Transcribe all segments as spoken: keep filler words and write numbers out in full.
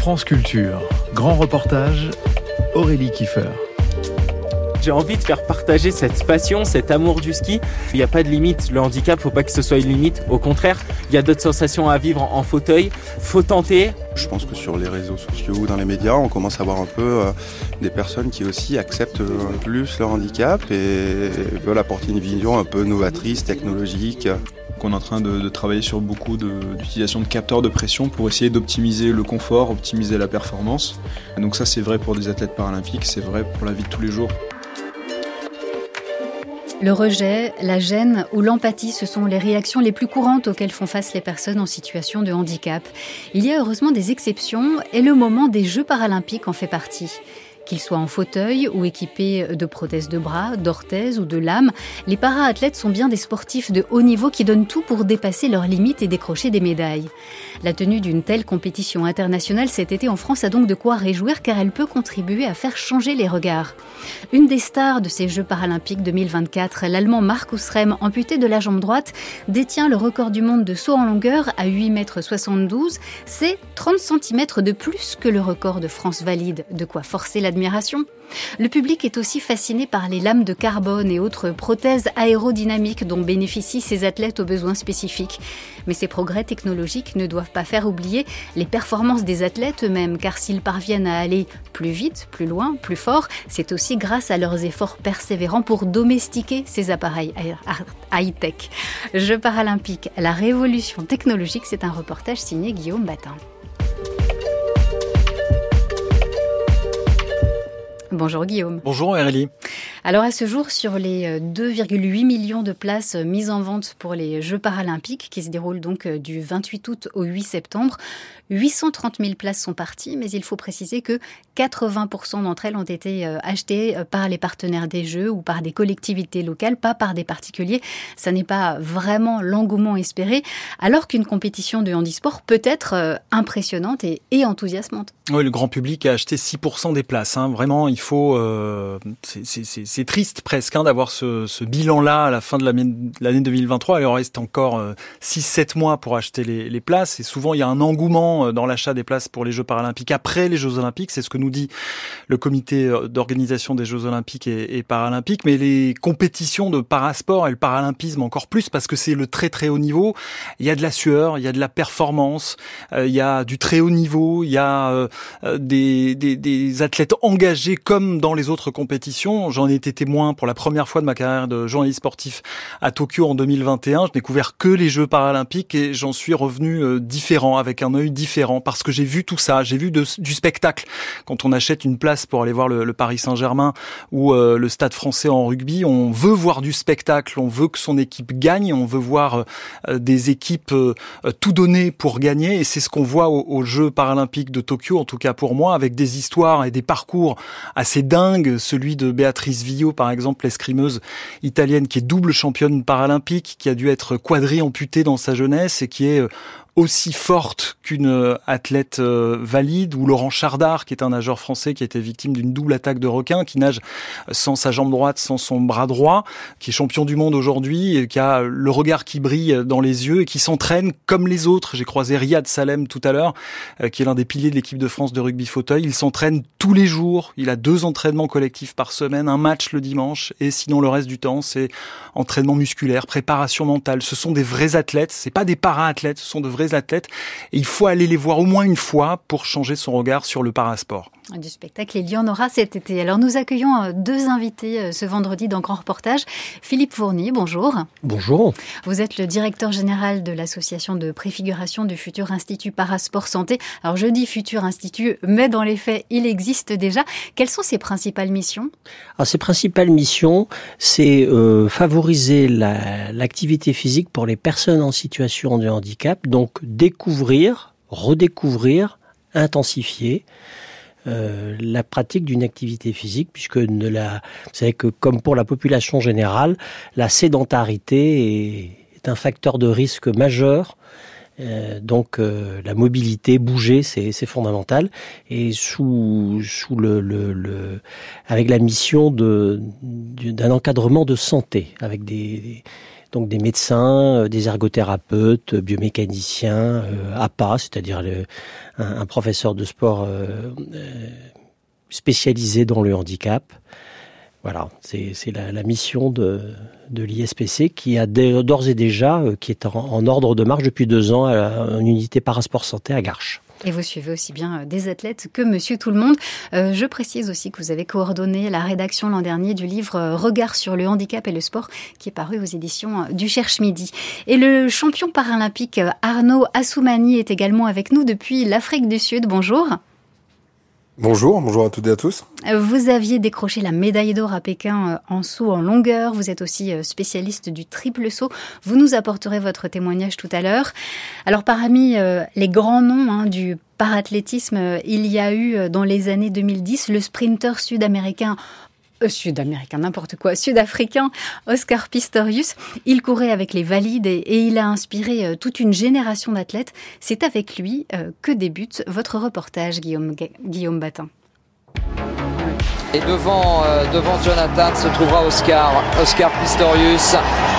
France Culture, grand reportage, Aurélie Kiefer. J'ai envie de faire partager cette passion, cet amour du ski. Il n'y a pas de limite. Le handicap, faut pas que ce soit une limite. Au contraire, il y a d'autres sensations à vivre en fauteuil. Faut tenter. Je pense que sur les réseaux sociaux ou dans les médias, on commence à voir un peu euh, des personnes qui aussi acceptent euh, plus leur handicap et veulent apporter une vision un peu novatrice, technologique. On est en train de, de travailler sur beaucoup de, d'utilisation de capteurs de pression pour essayer d'optimiser le confort, optimiser la performance. Et donc ça, c'est vrai pour des athlètes paralympiques, c'est vrai pour la vie de tous les jours. Le rejet, la gêne ou l'empathie, ce sont les réactions les plus courantes auxquelles font face les personnes en situation de handicap. Il y a heureusement des exceptions et le moment des Jeux paralympiques en fait partie. Qu'ils soient en fauteuil ou équipés de prothèses de bras, d'orthèses ou de lames, les para-athlètes sont bien des sportifs de haut niveau qui donnent tout pour dépasser leurs limites et décrocher des médailles. La tenue d'une telle compétition internationale cet été en France a donc de quoi réjouir car elle peut contribuer à faire changer les regards. Une des stars de ces Jeux paralympiques deux mille vingt-quatre, l'Allemand Markus Rehm, amputé de la jambe droite, détient le record du monde de saut en longueur à huit mètres soixante-douze. C'est trente centimètres de plus que le record de France valide, de quoi forcer la admiration. Le public est aussi fasciné par les lames de carbone et autres prothèses aérodynamiques dont bénéficient ces athlètes aux besoins spécifiques. Mais ces progrès technologiques ne doivent pas faire oublier les performances des athlètes eux-mêmes, car s'ils parviennent à aller plus vite, plus loin, plus fort, c'est aussi grâce à leurs efforts persévérants pour domestiquer ces appareils high-tech. Jeux paralympiques, la révolution technologique, c'est un reportage signé Guillaume Batin. Bonjour Guillaume. Bonjour Aurélie. Alors à ce jour, sur les deux virgule huit millions de places mises en vente pour les Jeux paralympiques, qui se déroulent donc du vingt-huit août au huit septembre, huit cent trente mille places sont parties, mais il faut préciser que quatre-vingts pour cent d'entre elles ont été achetées par les partenaires des Jeux ou par des collectivités locales, pas par des particuliers. Ça n'est pas vraiment l'engouement espéré, alors qu'une compétition de handisport peut être impressionnante et, et enthousiasmante. Oui, le grand public a acheté six pour cent des places. Hein. Vraiment, il faut... Euh, c'est, c'est, c'est, c'est triste presque hein, d'avoir ce, ce bilan-là à la fin de l'année, l'année deux mille vingt-trois. Il en reste encore euh, six sept mois pour acheter les, les places. Et souvent, il y a un engouement dans l'achat des places pour les Jeux paralympiques après les Jeux olympiques. C'est ce que nous dit le comité d'organisation des Jeux olympiques et, et paralympiques. Mais les compétitions de parasport et le paralympisme encore plus, parce que c'est le très très haut niveau. Il y a de la sueur, il y a de la performance, euh, il y a du très haut niveau, il y a... Euh, Des, des, des athlètes engagés comme dans les autres compétitions. J'en ai été témoin pour la première fois de ma carrière de journaliste sportif à Tokyo en deux mille vingt et un. Je n'ai découvert que les Jeux paralympiques et j'en suis revenu différent, avec un œil différent, parce que j'ai vu tout ça, j'ai vu de, du spectacle. Quand on achète une place pour aller voir le, le Paris Saint-Germain ou euh, le Stade Français en rugby, on veut voir du spectacle, on veut que son équipe gagne, on veut voir euh, des équipes euh, tout donner pour gagner, et c'est ce qu'on voit aux, aux Jeux paralympiques de Tokyo, en tout cas pour moi, avec des histoires et des parcours assez dingues. Celui de Béatrice Villot, par exemple, l'escrimeuse italienne qui est double championne paralympique, qui a dû être quadri-amputée dans sa jeunesse et qui est aussi forte qu'une athlète valide, ou Laurent Chardard, qui est un nageur français qui a été victime d'une double attaque de requin, qui nage sans sa jambe droite, sans son bras droit, qui est champion du monde aujourd'hui, qui a le regard qui brille dans les yeux et qui s'entraîne comme les autres. J'ai croisé Riyad Salem tout à l'heure, qui est l'un des piliers de l'équipe de France de rugby fauteuil. Il s'entraîne tous les jours. Il a deux entraînements collectifs par semaine, un match le dimanche, et sinon le reste du temps, c'est entraînement musculaire, préparation mentale. Ce sont des vrais athlètes, c'est pas des para-athlètes, ce sont de vrais athlètes, et il faut aller les voir au moins une fois pour changer son regard sur le parasport. Du spectacle, il y en aura cet été. Alors nous accueillons deux invités ce vendredi dans Grand Reportage. Philippe Fournier, bonjour. Bonjour. Vous êtes le directeur général de l'association de préfiguration du futur Institut Parasport Santé. Alors je dis futur institut, mais dans les faits, il existe déjà. Quelles sont ses principales missions ? Alors, ses principales missions, c'est euh, favoriser la, l'activité physique pour les personnes en situation de handicap, donc découvrir, redécouvrir, intensifier Euh, la pratique d'une activité physique, puisque de la, vous savez que comme pour la population générale, la sédentarité est, est un facteur de risque majeur. Euh, donc euh, la mobilité, bouger, c'est, c'est fondamental. Et sous, sous le, le, le, avec la mission de, d'un encadrement de santé, avec des, des donc des médecins, des ergothérapeutes, biomécaniciens, euh, A P A, c'est-à-dire le, un, un professeur de sport euh, euh, spécialisé dans le handicap. Voilà, c'est, c'est la, la mission de, de l'I S P C qui a d'ores et déjà, euh, qui est en, en ordre de marche depuis deux ans à une unité parasport santé à Garches. Et vous suivez aussi bien des athlètes que Monsieur Tout-le-Monde. Euh, je précise aussi que vous avez coordonné la rédaction l'an dernier du livre « Regard sur le handicap et le sport » qui est paru aux éditions du Cherche-Midi. Et le champion paralympique Arnaud Assoumani est également avec nous depuis l'Afrique du Sud. Bonjour. Bonjour, bonjour à toutes et à tous. Vous aviez décroché la médaille d'or à Pékin en saut en longueur. Vous êtes aussi spécialiste du triple saut. Vous nous apporterez votre témoignage tout à l'heure. Alors parmi les grands noms hein, du parathlétisme, il y a eu dans les années deux mille dix le sprinter sud-américain Euh, sud-américain, n'importe quoi, sud-africain, Oscar Pistorius. Il courait avec les valides et, et il a inspiré euh, toute une génération d'athlètes. C'est avec lui euh, que débute votre reportage, Guillaume, Guillaume Batin. Et devant, euh, devant Jonathan se trouvera Oscar, Oscar Pistorius.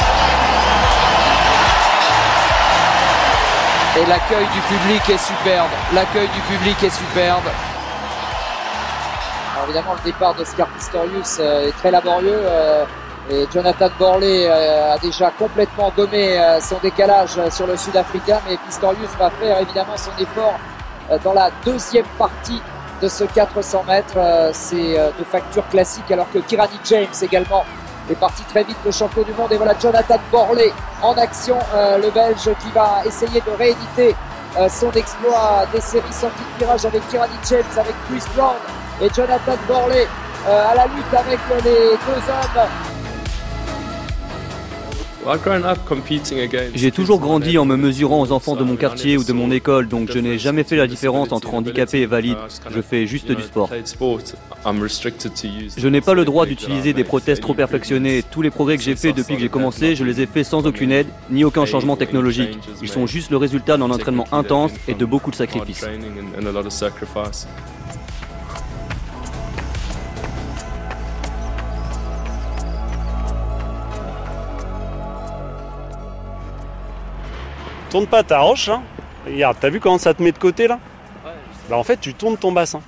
Et l'accueil du public est superbe, l'accueil du public est superbe. Alors évidemment, le départ d'Oscar Pistorius euh, est très laborieux euh, et Jonathan Borlée euh, a déjà complètement gommé euh, son décalage euh, sur le Sud-Africain, mais Pistorius va faire évidemment son effort euh, dans la deuxième partie de ce quatre cents mètres. Euh, c'est euh, de facture classique, alors que Kirani James également est parti très vite, le champion du monde. Et voilà Jonathan Borlée en action, euh, le Belge qui va essayer de rééditer euh, son exploit des séries sorties de tirage avec Kirani James, avec Chris Brown et Jonathan Borlée euh, à la lutte avec les deux hommes. J'ai toujours grandi en me mesurant aux enfants de mon quartier ou de mon école, donc je n'ai jamais fait la différence entre handicapé et valide. Je fais juste du sport. Je n'ai pas le droit d'utiliser des prothèses trop perfectionnées. Tous les progrès que j'ai faits depuis que j'ai commencé, je les ai faits sans aucune aide, ni aucun changement technologique. Ils sont juste le résultat d'un entraînement intense et de beaucoup de sacrifices. Tourne pas ta hanche là. Regarde, t'as vu comment ça te met de côté là? Ouais. Bah en fait tu tournes ton bassin.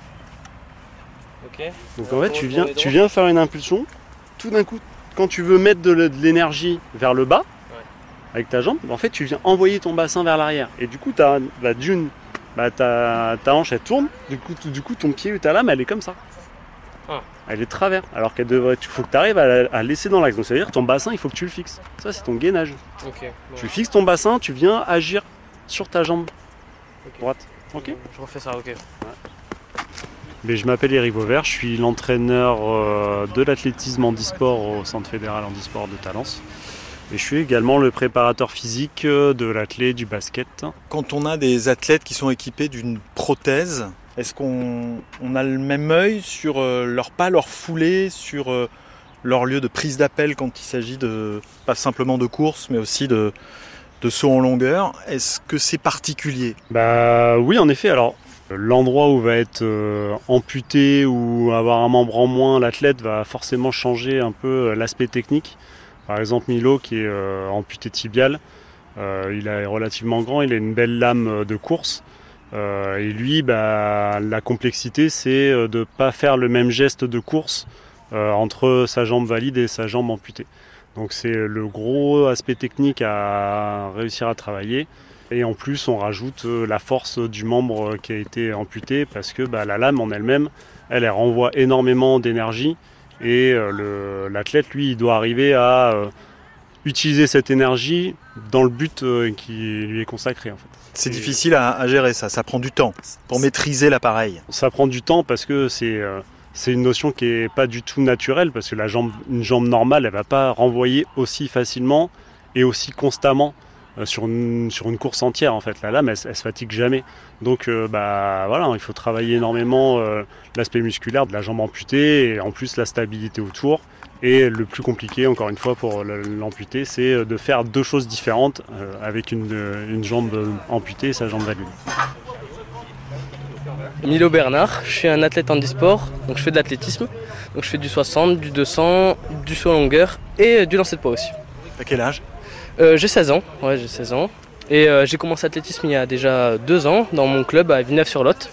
Ok. Donc en fait tu viens, tu viens faire une impulsion. Tout d'un coup, quand tu veux mettre de l'énergie vers le bas, ouais, avec ta jambe, bah en fait tu viens envoyer ton bassin vers l'arrière. Et du coup t'as bah, d'une, bah, ta, ta hanche elle tourne. Du coup, du coup ton pied, ta lame elle est comme ça. Ah. Elle est de travers, alors qu'elle devrait. Il faut que tu arrives à la à laisser dans l'axe. Donc ça veut dire que ton bassin, il faut que tu le fixes. Ça, c'est ton gainage. Okay, bon. Tu fixes ton bassin, tu viens agir sur ta jambe okay, droite. Ok. Je refais ça, ok. Ouais. Mais je m'appelle Eric Vauvert, je suis l'entraîneur euh, de l'athlétisme handisport au Centre fédéral handisport de Talence. Et je suis également le préparateur physique de l'athlète du basket. Quand on a des athlètes qui sont équipés d'une prothèse, est-ce qu'on on a le même œil sur euh, leur pas, leur foulée, sur euh, leur lieu de prise d'appel quand il s'agit de pas simplement de course, mais aussi de, de saut en longueur? Est-ce que c'est particulier? Bah oui, en effet. Alors l'endroit où va être euh, amputé ou avoir un membre en moins, l'athlète va forcément changer un peu l'aspect technique. Par exemple, Milo qui est euh, amputé tibial, euh, il est relativement grand, il a une belle lame de course. Euh, et lui, bah, la complexité, c'est de ne pas faire le même geste de course euh, entre sa jambe valide et sa jambe amputée. Donc c'est le gros aspect technique à réussir à travailler. Et en plus, on rajoute la force du membre qui a été amputé parce que bah, la lame en elle-même, elle, elle renvoie énormément d'énergie. Et euh, le, l'athlète, lui, il doit arriver à euh, utiliser cette énergie dans le but euh, qui lui est consacré en fait. C'est difficile à, à gérer ça, ça prend du temps pour maîtriser l'appareil. Ça prend du temps parce que c'est, euh, c'est une notion qui n'est pas du tout naturelle parce que la jambe, une jambe normale, elle ne va pas renvoyer aussi facilement et aussi constamment euh, sur, une, sur une course entière en fait. La lame, elle ne se fatigue jamais. Donc euh, bah, voilà, il faut travailler énormément euh, l'aspect musculaire de la jambe amputée et en plus la stabilité autour. Et le plus compliqué, encore une fois, pour l'amputé, c'est de faire deux choses différentes euh, avec une, une jambe amputée et sa jambe valide. Milo Bernard, je suis un athlète handisport, donc je fais de l'athlétisme. Donc je fais du soixante, du deux cents, du saut en longueur et du lancer de poids aussi. À quel âge ? euh, J'ai seize ans, ouais j'ai seize ans. Et euh, j'ai commencé l'athlétisme il y a déjà deux ans dans mon club à Villeneuve-sur-Lot.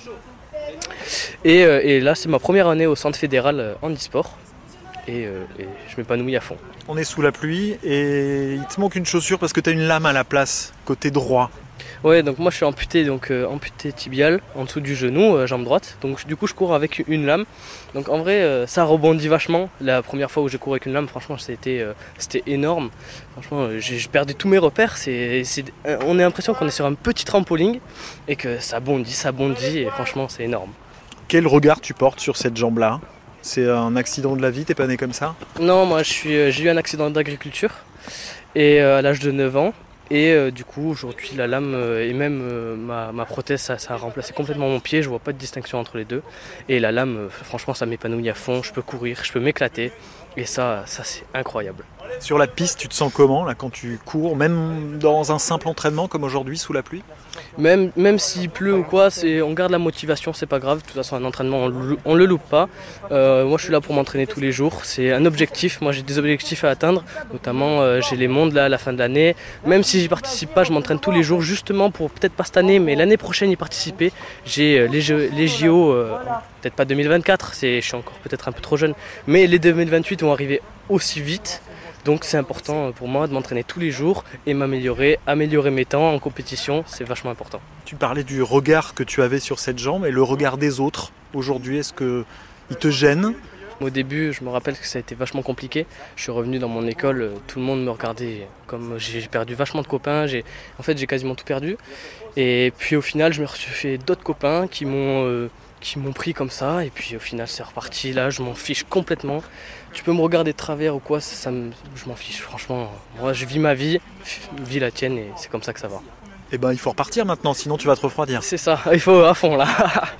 Et, euh, et là c'est ma première année au centre fédéral euh, handisport. Et, euh, et je m'épanouis à fond. On est sous la pluie et il te manque une chaussure parce que tu as une lame à la place, côté droit. Ouais, donc moi je suis amputé, donc euh, amputé tibial en dessous du genou, euh, jambe droite. Donc du coup je cours avec une lame. Donc en vrai euh, ça rebondit vachement. La première fois où j'ai couru avec une lame, franchement c'était, euh, c'était énorme. Franchement euh, j'ai, j'ai perdu tous mes repères. C'est, c'est, euh, on a l'impression qu'on est sur un petit trampoline et que ça bondit, ça bondit et franchement c'est énorme. Quel regard tu portes sur cette jambe-là ? C'est un accident de la vie, t'es pas né comme ça ? Non, moi je suis, j'ai eu un accident d'agriculture et euh, à l'âge de neuf ans. Et euh, du coup aujourd'hui la lame euh, et même euh, ma, ma prothèse ça, ça a remplacé complètement mon pied, je vois pas de distinction entre les deux. Et la lame euh, franchement ça m'épanouit à fond, je peux courir, je peux m'éclater et ça, ça c'est incroyable. Sur la piste tu te sens comment là quand tu cours, même dans un simple entraînement comme aujourd'hui sous la pluie ? Même, même s'il pleut ou quoi, c'est, on garde la motivation, c'est pas grave. De toute façon, un entraînement, on, le, on le loupe pas. Euh, moi, je suis là pour m'entraîner tous les jours. C'est un objectif. Moi, j'ai des objectifs à atteindre. Notamment, euh, j'ai les mondes là à la fin de l'année. Même si j'y participe pas, je m'entraîne tous les jours, justement pour peut-être pas cette année, mais l'année prochaine y participer. J'ai euh, les, Jeux, les J O, euh, peut-être pas deux mille vingt-quatre. C'est, je suis encore peut-être un peu trop jeune, mais les deux mille vingt-huit vont arriver aussi vite. Donc c'est important pour moi de m'entraîner tous les jours et m'améliorer, améliorer mes temps en compétition, c'est vachement important. Tu parlais du regard que tu avais sur cette jambe et le regard des autres aujourd'hui, est-ce qu'il te gêne ? Au début, je me rappelle que ça a été vachement compliqué. Je suis revenu dans mon école, tout le monde me regardait comme j'ai perdu vachement de copains. J'ai, en fait, j'ai quasiment tout perdu. Et puis au final, je me suis fait d'autres copains qui m'ont, euh, qui m'ont pris comme ça. Et puis au final, c'est reparti. Là, je m'en fiche complètement. Tu peux me regarder de travers ou quoi, ça, ça me, je m'en fiche. Franchement, moi, je vis ma vie, vis la tienne et c'est comme ça que ça va. Eh ben, il faut repartir maintenant, sinon tu vas te refroidir. C'est ça, il faut à fond là.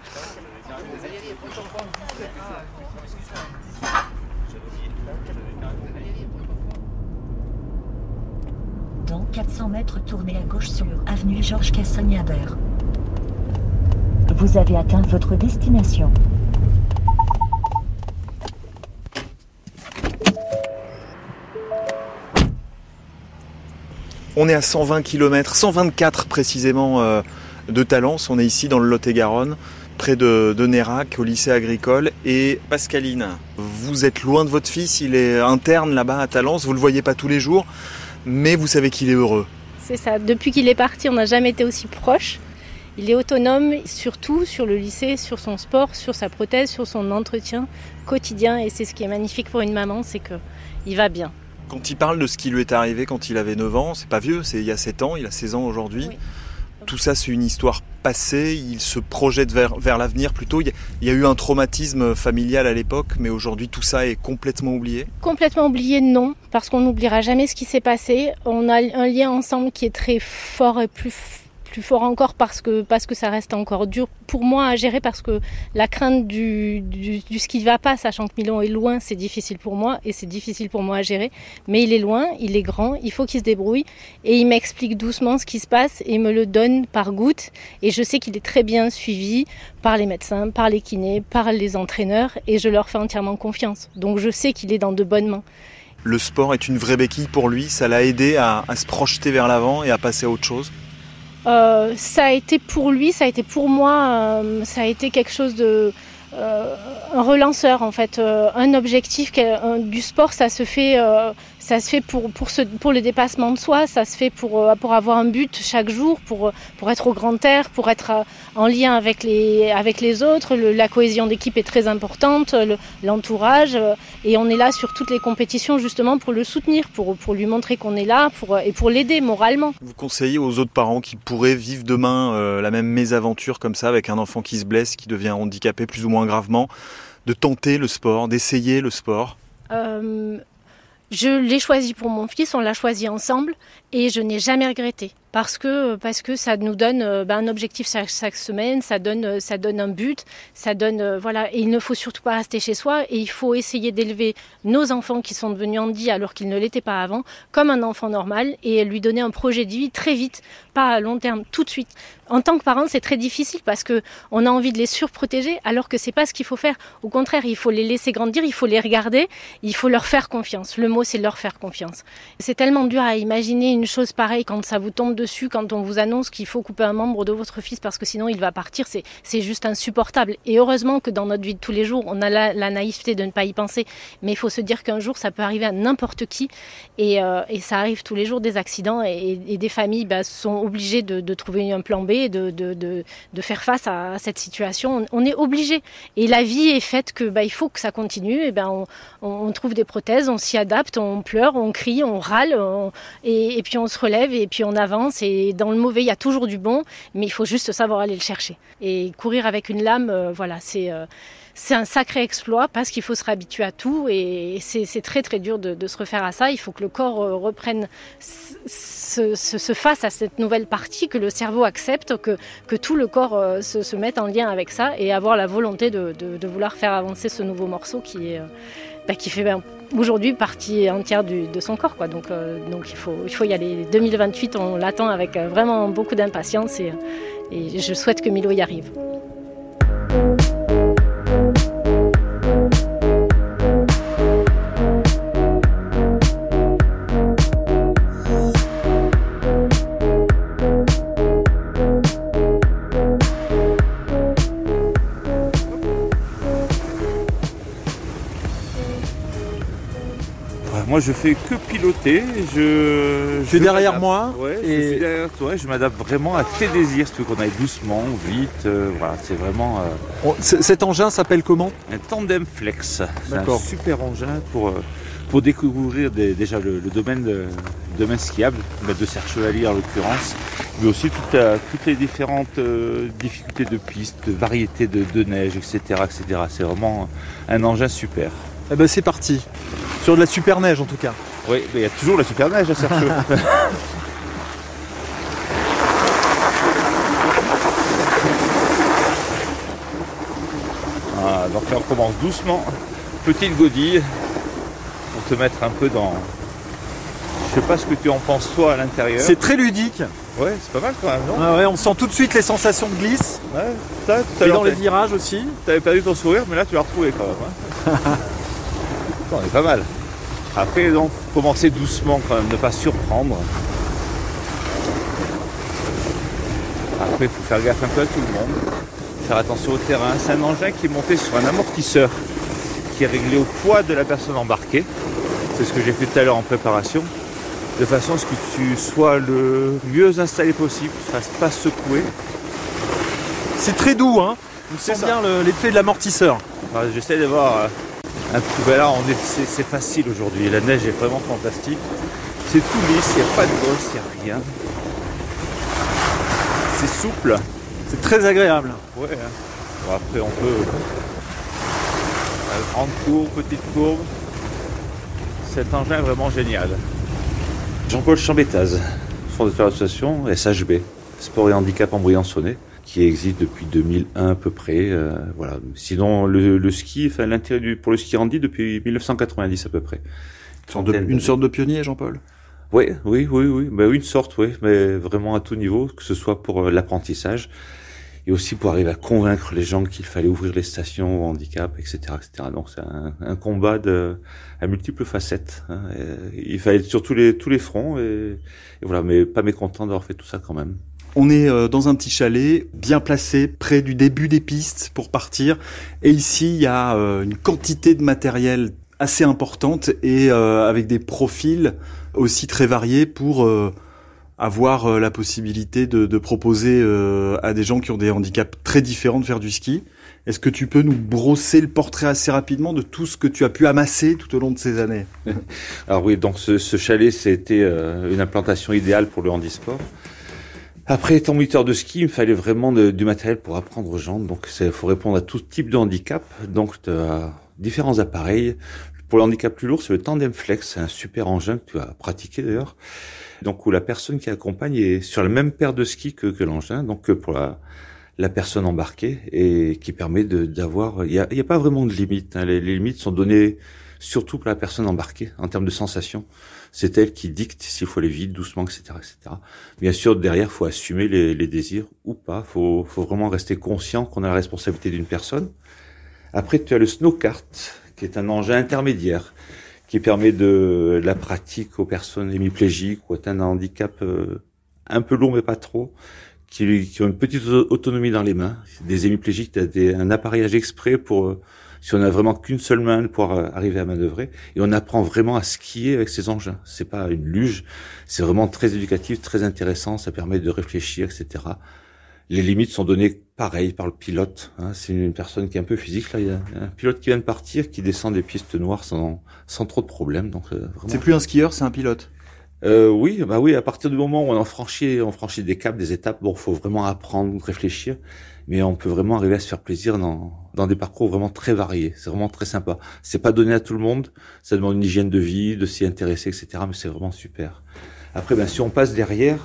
Dans quatre cents mètres, tournez à gauche sur avenue Georges Cassagnabert. Vous avez atteint votre destination. On est à cent vingt kilomètres, cent vingt-quatre précisément euh, de Talence. On est ici dans le Lot-et-Garonne, près de, de Nérac, au lycée agricole. Et Pascaline, vous êtes loin de votre fils, il est interne là-bas à Talence, vous ne le voyez pas tous les jours, mais vous savez qu'il est heureux. C'est ça, depuis qu'il est parti, on n'a jamais été aussi proches. Il est autonome, surtout sur le lycée, sur son sport, sur sa prothèse, sur son entretien quotidien. Et c'est ce qui est magnifique pour une maman, c'est qu'il va bien. Quand il parle de ce qui lui est arrivé quand il avait neuf ans, c'est pas vieux, c'est il y a sept ans, il a seize ans aujourd'hui. Oui. Tout ça, c'est une histoire passée, il se projette vers, vers l'avenir plutôt. Il y, a, il y a eu un traumatisme familial à l'époque, mais aujourd'hui, tout ça est complètement oublié. Complètement oublié, non, parce qu'on n'oubliera jamais ce qui s'est passé. On a un lien ensemble qui est très fort et plus plus fort encore parce que, parce que ça reste encore dur pour moi à gérer, parce que la crainte du, du, du ce qui ne va pas, sachant que Milan est loin, c'est difficile pour moi et c'est difficile pour moi à gérer. Mais il est loin, il est grand, il faut qu'il se débrouille et il m'explique doucement ce qui se passe et me le donne par gouttes. Et je sais qu'il est très bien suivi par les médecins, par les kinés, par les entraîneurs et je leur fais entièrement confiance. Donc je sais qu'il est dans de bonnes mains. Le sport est une vraie béquille pour lui, ça l'a aidé à, à se projeter vers l'avant et à passer à autre chose. Euh, ça a été pour lui, ça a été pour moi, euh, ça a été quelque chose de... Euh, un relanceur en fait, euh, un objectif un, du sport, ça se fait, euh, ça se fait pour, pour, ce, pour le dépassement de soi, ça se fait pour, euh, pour avoir un but chaque jour, pour, pour être au grand air, pour être euh, en lien avec les, avec les autres. Le, la cohésion d'équipe est très importante, le, l'entourage, euh, et on est là sur toutes les compétitions justement pour le soutenir, pour, pour lui montrer qu'on est là pour, et pour l'aider moralement. Vous conseillez aux autres parents qui pourraient vivre demain euh, la même mésaventure comme ça, avec un enfant qui se blesse, qui devient handicapé plus ou moins gravement, de tenter le sport, d'essayer le sport? euh, Je l'ai choisi pour mon fils, on l'a choisi ensemble et je n'ai jamais regretté. parce que parce que ça nous donne euh, ben, un objectif chaque, chaque semaine, ça donne ça donne un but, ça donne euh, voilà. Et il ne faut surtout pas rester chez soi et il faut essayer d'élever nos enfants qui sont devenus handi alors qu'ils ne l'étaient pas avant, comme un enfant normal et lui donner un projet de vie très vite, pas à long terme, tout de suite. En tant que parent, c'est très difficile parce que on a envie de les surprotéger alors que c'est pas ce qu'il faut faire. Au contraire, il faut les laisser grandir, il faut les regarder, il faut leur faire confiance. Le mot, c'est leur faire confiance. C'est tellement dur à imaginer une chose pareille quand ça vous tombe dessus, quand on vous annonce qu'il faut couper un membre de votre fils parce que sinon il va partir, c'est, c'est juste insupportable. Et heureusement que dans notre vie de tous les jours, on a la, la naïveté de ne pas y penser. Mais il faut se dire qu'un jour, ça peut arriver à n'importe qui. Et, euh, et ça arrive tous les jours, des accidents. Et, et des familles bah, sont obligées de, de trouver un plan B et de, de, de, de faire face à, à cette situation. On, on est obligé. Et la vie est faite que bah, il faut que ça continue. Et ben, on, on trouve des prothèses, on s'y adapte, on pleure, on crie, on râle. On, et, et puis on se relève et puis on avance. Et dans le mauvais, il y a toujours du bon. Mais il faut juste savoir aller le chercher. Et courir avec une lame, euh, voilà, c'est... Euh, C'est un sacré exploit parce qu'il faut se réhabituer à tout et c'est, c'est très très dur de, de se refaire à ça. Il faut que le corps reprenne, se, se, se fasse à cette nouvelle partie, que le cerveau accepte, que, que tout le corps se, se mette en lien avec ça et avoir la volonté de, de, de vouloir faire avancer ce nouveau morceau qui, est, bah, qui fait ben, aujourd'hui partie entière du, de son corps, quoi. Donc, euh, donc il, faut, il faut y aller. deux mille vingt-huit, on l'attend avec vraiment beaucoup d'impatience et, et je souhaite que Milo y arrive. Moi, je fais que piloter. Je, je suis derrière m'adapte. moi. Ouais, et... je suis derrière toi. Je m'adapte vraiment à tes désirs. Si tu veux qu'on aille doucement, vite. Euh, voilà, c'est vraiment. Euh... Oh, c- cet engin s'appelle comment ? Un tandem flex. C'est D'accord. un super engin pour pour découvrir des, déjà le, le domaine de, le domaine skiable, de Serre-Chevalier en l'occurrence, mais aussi toute la, toutes les différentes euh, difficultés de piste, de variétés de, de neige, et cetera, et cetera. C'est vraiment un engin super. Eh ben c'est parti. Sur de la super neige en tout cas. Oui, mais il y a toujours la super neige à Serre-Chevalier. Voilà, donc là on commence doucement, petite godille, pour te mettre un peu dans... Je sais pas ce que tu en penses toi à l'intérieur. C'est très ludique. Ouais, c'est pas mal quand même, non ? Ah ouais, on sent tout de suite les sensations de glisse. Ouais, ça, tout à et l'heure, dans les virages aussi. T'avais perdu ton sourire, mais là tu l'as retrouvé quand même. Hein. On est pas mal. Après, donc, faut commencer doucement quand même, ne pas surprendre. Après, il faut faire gaffe un peu à tout le monde. Faire attention au terrain. C'est un engin qui est monté sur un amortisseur qui est réglé au poids de la personne embarquée. C'est ce que j'ai fait tout à l'heure en préparation. De façon à ce que tu sois le mieux installé possible, tu ne te fasses pas secouer. C'est très doux, hein. On sent bien le, l'effet de l'amortisseur. Enfin, j'essaie d'avoir euh, un petit peu là, on est, c'est, c'est facile aujourd'hui. La neige est vraiment fantastique. C'est tout lisse, il n'y a pas de bosse, il n'y a rien. C'est souple. C'est très agréable. Ouais. Hein. Bon, après, on peut. Euh, grande courbe, petite courbe. Cet engin est vraiment génial. Jean-Paul Chambétaz, fondateur de l'association S H B, Sport et Handicap en Briançonnais, qui existe depuis deux mille un à peu près. Euh, voilà. Sinon, le, le ski, enfin l'intérêt du, pour le ski handi depuis dix-neuf cent quatre-vingt-dix à peu près. Une sorte de, une sorte de pionnier, Jean-Paul ? Oui, oui, oui, oui. Ben, une sorte, oui, mais vraiment à tout niveau, que ce soit pour l'apprentissage et aussi pour arriver à convaincre les gens qu'il fallait ouvrir les stations au handicap, et cetera, et cetera. Donc c'est un, un combat de, à multiples facettes. Hein. Il fallait être sur tous les tous les fronts et, et voilà, mais pas mécontent d'avoir fait tout ça quand même. On est dans un petit chalet bien placé, près du début des pistes pour partir. Et ici, il y a une quantité de matériel assez importante et euh, avec des profils aussi très variés pour euh, avoir euh, la possibilité de, de proposer euh, à des gens qui ont des handicaps très différents de faire du ski. Est-ce que tu peux nous brosser le portrait assez rapidement de tout ce que tu as pu amasser tout au long de ces années ? Alors oui, donc ce, ce chalet, c'était euh, une implantation idéale pour le handisport. Après, étant moniteur de ski, il me fallait vraiment de, du matériel pour apprendre aux gens. Donc, il faut répondre à tout type de handicap. Donc, différents appareils. Pour le handicap plus lourd, c'est le Tandem Flex, c'est un super engin que tu as pratiqué d'ailleurs. Donc où la personne qui accompagne est sur la même paire de skis que, que l'engin, donc que pour la, la personne embarquée, et qui permet de, d'avoir... Il n'y a, il y a pas vraiment de limites, hein. Les, les limites sont données surtout pour la personne embarquée en termes de sensations. C'est elle qui dicte s'il faut aller vite, doucement, et cetera, et cetera. Bien sûr, derrière, faut assumer les, les désirs ou pas. Faut, faut vraiment rester conscient qu'on a la responsabilité d'une personne. Après, tu as le snowkart, qui est un engin intermédiaire, qui permet de la pratique aux personnes hémiplégiques ou atteintes d'un handicap euh, un peu lourd mais pas trop, qui, qui ont une petite autonomie dans les mains. Des hémiplégiques, tu as des, un appareillage exprès pour, euh, si on a vraiment qu'une seule main, pour euh, arriver à manœuvrer. Et on apprend vraiment à skier avec ces engins. C'est pas une luge, c'est vraiment très éducatif, très intéressant, ça permet de réfléchir, et cetera. Les limites sont données pareil par le pilote. Hein. C'est une personne qui est un peu physique. Là, il y a un pilote qui vient de partir, qui descend des pistes noires sans sans trop de problèmes. Donc euh, vraiment... C'est plus un skieur, c'est un pilote. Euh, oui, bah oui. À partir du moment où on en franchit, on franchit des caps, des étapes. Bon, faut vraiment apprendre, réfléchir, mais on peut vraiment arriver à se faire plaisir dans dans des parcours vraiment très variés. C'est vraiment très sympa. C'est pas donné à tout le monde. Ça demande une hygiène de vie, de s'y intéresser, et cetera. Mais c'est vraiment super. Après, ben si on passe derrière.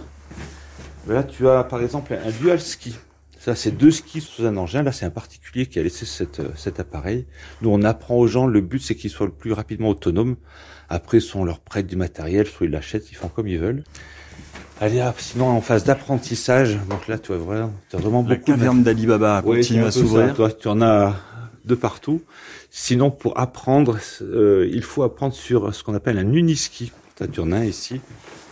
Là, tu as par exemple un dual ski. Ça, c'est deux skis sous un engin. Là, c'est un particulier qui a laissé cette, cet appareil. Nous, on apprend aux gens. Le but, c'est qu'ils soient le plus rapidement autonomes. Après, soit on leur prête du matériel, soit ils l'achètent, ils font comme ils veulent. Allez, hop, sinon, en phase d'apprentissage. Donc là, tu as vraiment, tu as vraiment la beaucoup. La caverne d'Ali Baba continue ouais, à s'ouvrir. Toi, tu en as de partout. Sinon, pour apprendre, euh, il faut apprendre sur ce qu'on appelle un uniski. Toi, tu en as un ici.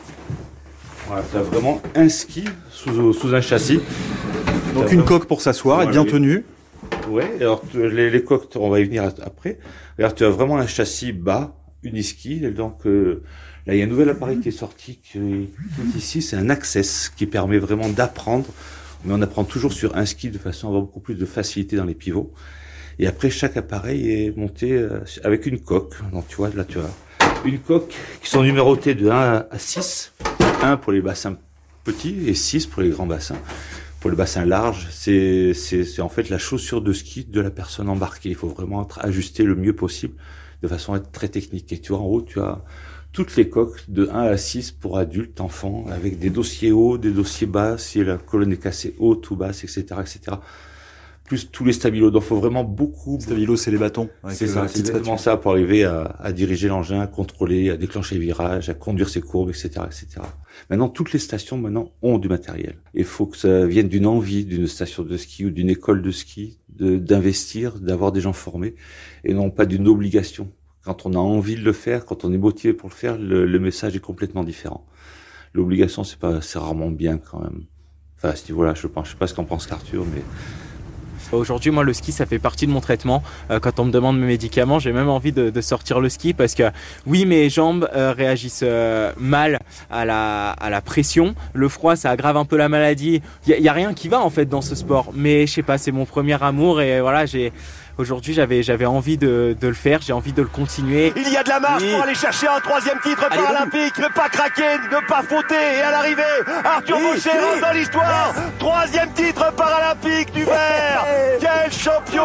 Voilà, tu as vraiment un ski sous, sous un châssis. Donc une coque pour s'asseoir, voilà, et bien tenue. Ouais, alors tu, les, les coques, on va y venir après. Alors tu as vraiment un châssis bas, uniski. Donc euh, là, il y a un nouvel appareil qui est sorti, qui, qui est ici, c'est un Access, qui permet vraiment d'apprendre. Mais on apprend toujours sur un ski de façon à avoir beaucoup plus de facilité dans les pivots. Et après, chaque appareil est monté euh, avec une coque. Donc tu vois, là tu as une coque qui sont numérotées de un à six. un pour les bassins petits et six pour les grands bassins. Pour le bassin large, c'est, c'est, c'est en fait la chaussure de ski de la personne embarquée. Il faut vraiment être ajusté le mieux possible de façon à être très technique. Et tu vois, en haut, tu as toutes les coques de un à six pour adultes, enfants, avec des dossiers hauts, des dossiers bas, si la colonne est cassée haute ou basse, et cetera, et cetera. Plus tous les stabilos. Donc, il faut vraiment beaucoup... Stabilos, c'est les bâtons. C'est ça, c'est exactement ça pour arriver à, à diriger l'engin, à contrôler, à déclencher les virages, à conduire ses courbes, et cetera, et cetera. Maintenant, toutes les stations, maintenant, ont du matériel. Il faut que ça vienne d'une envie d'une station de ski ou d'une école de ski, de, d'investir, d'avoir des gens formés, et non pas d'une obligation. Quand on a envie de le faire, quand on est motivé pour le faire, le, le message est complètement différent. L'obligation, c'est pas, c'est rarement bien, quand même. Enfin, à ce niveau-là, je pense, je sais pas ce qu'en pense qu'Arthur, mais... Aujourd'hui, moi, le ski, ça fait partie de mon traitement. Euh, quand on me demande mes médicaments, j'ai même envie de, de sortir le ski parce que, oui, mes jambes euh, réagissent euh, mal à la, à la pression. Le froid, ça aggrave un peu la maladie. Il y, y a rien qui va, en fait, dans ce sport. Mais, je sais pas, c'est mon premier amour et voilà, j'ai... Aujourd'hui, j'avais, j'avais envie de, de le faire, j'ai envie de le continuer. Il y a de la marche oui. pour aller chercher un troisième titre Allez, paralympique, bon. ne pas craquer, ne pas fauter. Et à l'arrivée, Arthur oui, Baucher oui. rentre dans l'histoire. Oui. Troisième titre paralympique du vert. Quel champion!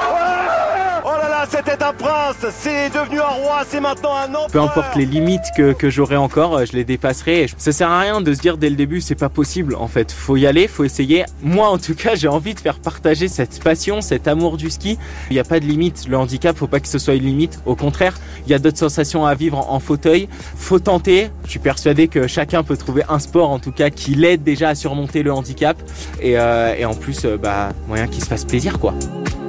Oh là là, c'était un prince, c'est devenu un roi, c'est maintenant un empereur. Peu importe les limites que, que j'aurai encore, je les dépasserai. Ça sert à rien de se dire dès le début, c'est pas possible. En fait, faut y aller, faut essayer. Moi, en tout cas, j'ai envie de faire partager cette passion, cet amour du ski. Il n'y a pas de limite. Le handicap, faut pas que ce soit une limite. Au contraire, il y a d'autres sensations à vivre en, en fauteuil. Faut tenter. Je suis persuadé que chacun peut trouver un sport, en tout cas, qui l'aide déjà à surmonter le handicap. Et, euh, et en plus, euh, bah, moyen qu'il se fasse plaisir, quoi.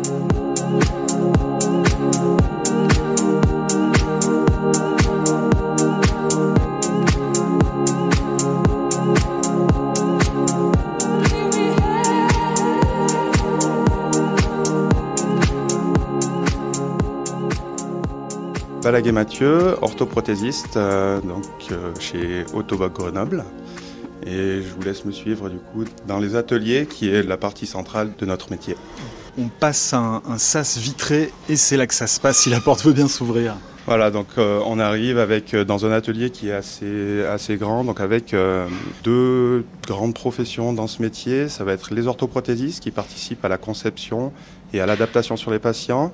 Balaguet Mathieu, orthoprothésiste euh, donc, euh, chez Autoboc Grenoble. Et je vous laisse me suivre du coup dans les ateliers qui est la partie centrale de notre métier. On passe un, un sas vitré et c'est là que ça se passe si la porte veut bien s'ouvrir. Voilà, donc euh, on arrive avec euh, dans un atelier qui est assez, assez grand, donc avec euh, deux grandes professions dans ce métier. Ça va être les orthoprothésistes qui participent à la conception et à l'adaptation sur les patients.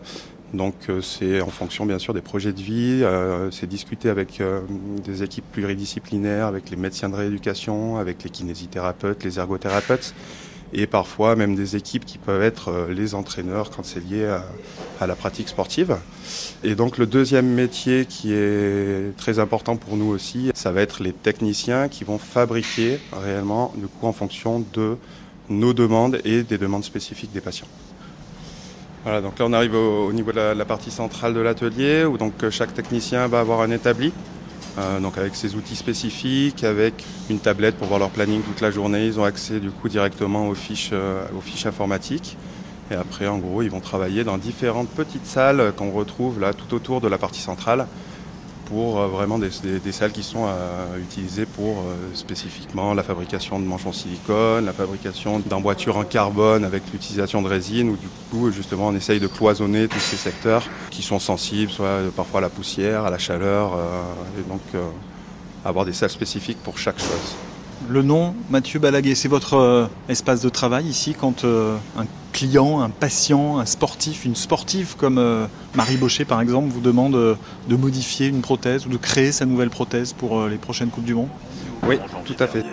Donc euh, c'est en fonction bien sûr des projets de vie, euh, c'est discuter avec euh, des équipes pluridisciplinaires, avec les médecins de rééducation, avec les kinésithérapeutes, les ergothérapeutes, et parfois même des équipes qui peuvent être euh, les entraîneurs quand c'est lié à, à la pratique sportive. Et donc le deuxième métier qui est très important pour nous aussi, ça va être les techniciens qui vont fabriquer réellement du coup en fonction de nos demandes et des demandes spécifiques des patients. Voilà, donc là on arrive au, au niveau de la, la partie centrale de l'atelier où donc chaque technicien va avoir un établi, euh, donc avec ses outils spécifiques, avec une tablette pour voir leur planning toute la journée. Ils ont accès du coup directement aux fiches, euh, aux fiches informatiques. Et après en gros ils vont travailler dans différentes petites salles qu'on retrouve là tout autour de la partie centrale pour euh, vraiment des, des, des salles qui sont euh, utilisées pour euh, spécifiquement la fabrication de manches en silicone, la fabrication d'emboîtures en carbone avec l'utilisation de résine, où du coup justement on essaye de cloisonner tous ces secteurs qui sont sensibles, soit euh, parfois à la poussière, à la chaleur, euh, et donc euh, avoir des salles spécifiques pour chaque chose. Le nom, Mathieu Balaguet, c'est votre euh, espace de travail ici quand euh, un client, un patient, un sportif, une sportive comme euh, Marie Baucher par exemple vous demande euh, de modifier une prothèse ou de créer sa nouvelle prothèse pour euh, les prochaines Coupes du Monde? Oui, tout à fait.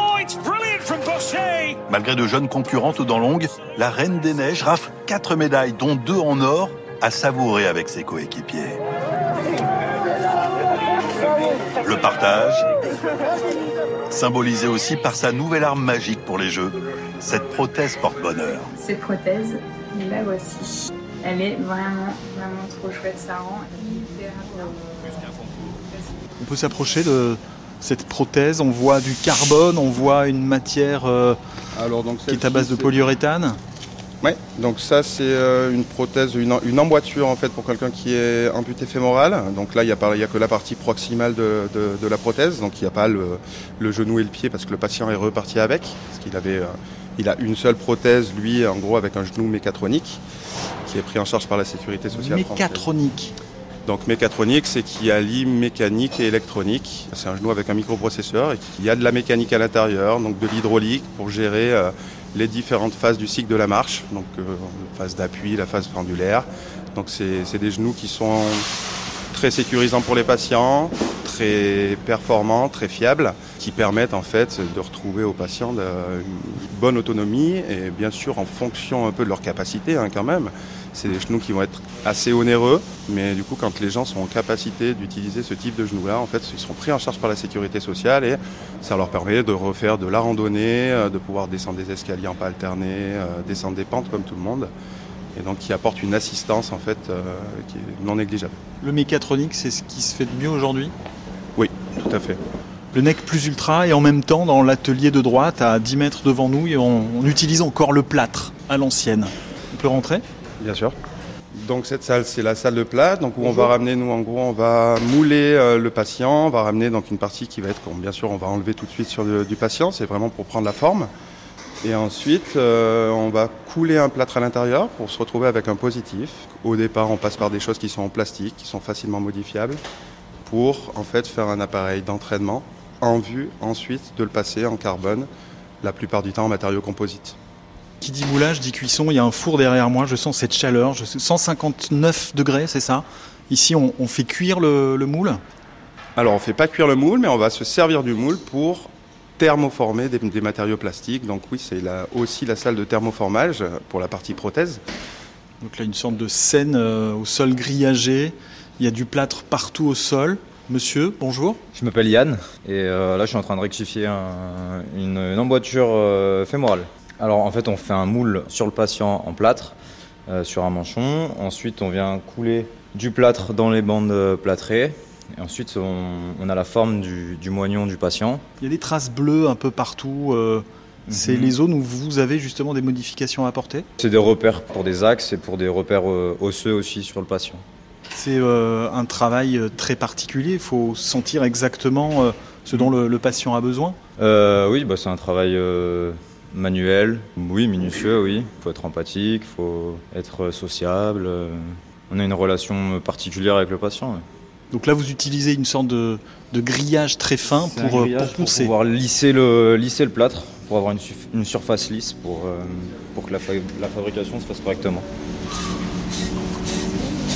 Malgré de jeunes concurrentes aux dents longues, la Reine des Neiges rafle quatre médailles, dont deux en or, à savourer avec ses coéquipiers. Le partage, symbolisé aussi par sa nouvelle arme magique pour les Jeux, cette prothèse porte-bonheur. Cette prothèse, la voici. Elle est vraiment, vraiment trop chouette, ça rend hyper bien. On peut s'approcher de cette prothèse, on voit du carbone, on voit une matière euh, Alors, donc, qui est à base de polyuréthane. Oui, donc ça c'est euh, une prothèse, une, une emboîture en fait pour quelqu'un qui est amputé fémoral. Donc là il n'y a, a que la partie proximale de, de, de la prothèse, donc il n'y a pas le, le genou et le pied parce que le patient est reparti avec. Parce qu'il avait, euh, il a une seule prothèse lui en gros avec un genou mécatronique qui est pris en charge par la sécurité sociale française. Mécatronique. Donc mécatronique, c'est qui allie mécanique et électronique. C'est un genou avec un microprocesseur et il y a de la mécanique à l'intérieur, donc de l'hydraulique pour gérer euh, les différentes phases du cycle de la marche, donc euh, la phase d'appui, la phase pendulaire. Donc c'est, c'est des genoux qui sont très sécurisants pour les patients, très performants, très fiables, qui permettent en fait de retrouver aux patients de, une bonne autonomie et bien sûr en fonction un peu de leur capacité hein, quand même. C'est des genoux qui vont être assez onéreux, mais du coup quand les gens sont en capacité d'utiliser ce type de genoux-là, en fait ils sont pris en charge par la sécurité sociale et ça leur permet de refaire de la randonnée, de pouvoir descendre des escaliers en pas alternés, descendre des pentes comme tout le monde. Et donc qui apporte une assistance en fait euh, qui est non négligeable. Le mécatronique, c'est ce qui se fait de mieux aujourd'hui ? Oui, tout à fait. Le N E C Plus Ultra et en même temps dans l'atelier de droite à dix mètres devant nous, on, on utilise encore le plâtre à l'ancienne. On peut rentrer ? Bien sûr. Donc cette salle, c'est la salle de plâtre, donc où Bonjour. On va ramener, nous en gros, on va mouler euh, le patient, on va ramener donc une partie qui va être, bien sûr, on va enlever tout de suite sur le, du patient, c'est vraiment pour prendre la forme. Et ensuite, euh, on va couler un plâtre à l'intérieur pour se retrouver avec un positif. Au départ, on passe par des choses qui sont en plastique, qui sont facilement modifiables, pour en fait faire un appareil d'entraînement en vue ensuite de le passer en carbone, la plupart du temps en matériaux composites. Qui dit moulage, dit cuisson, il y a un four derrière moi, je sens cette chaleur, je sais, cent cinquante-neuf degrés, c'est ça ? Ici, on, on fait cuire le, le moule ? Alors, on ne fait pas cuire le moule, mais on va se servir du moule pour thermoformer des, des matériaux plastiques. Donc oui, c'est la, aussi la salle de thermoformage pour la partie prothèse. Donc là, une sorte de scène euh, au sol grillagé. Il y a du plâtre partout au sol. Monsieur, bonjour. Je m'appelle Yann et euh, là, je suis en train de rectifier un, une, une emboîture euh, fémorale. Alors en fait, on fait un moule sur le patient en plâtre, euh, sur un manchon. Ensuite, on vient couler du plâtre dans les bandes plâtrées. Et ensuite, on, on a la forme du, du moignon du patient. Il y a des traces bleues un peu partout. Euh, mm-hmm. C'est les zones où vous avez justement des modifications à apporter ? C'est des repères pour des axes et pour des repères euh, osseux aussi sur le patient. C'est euh, un travail très particulier. Il faut sentir exactement euh, ce dont le, le patient a besoin ? euh, Oui, bah, c'est un travail euh, manuel. Oui, minutieux, oui. Il faut être empathique, il faut être sociable. Euh, on a une relation particulière avec le patient. Ouais. Donc là, vous utilisez une sorte de, de grillage très fin pour, grillage pour poncer. Pour pouvoir lisser le, lisser le plâtre, pour avoir une, une surface lisse, pour, euh, pour que la, fa- la fabrication se fasse correctement.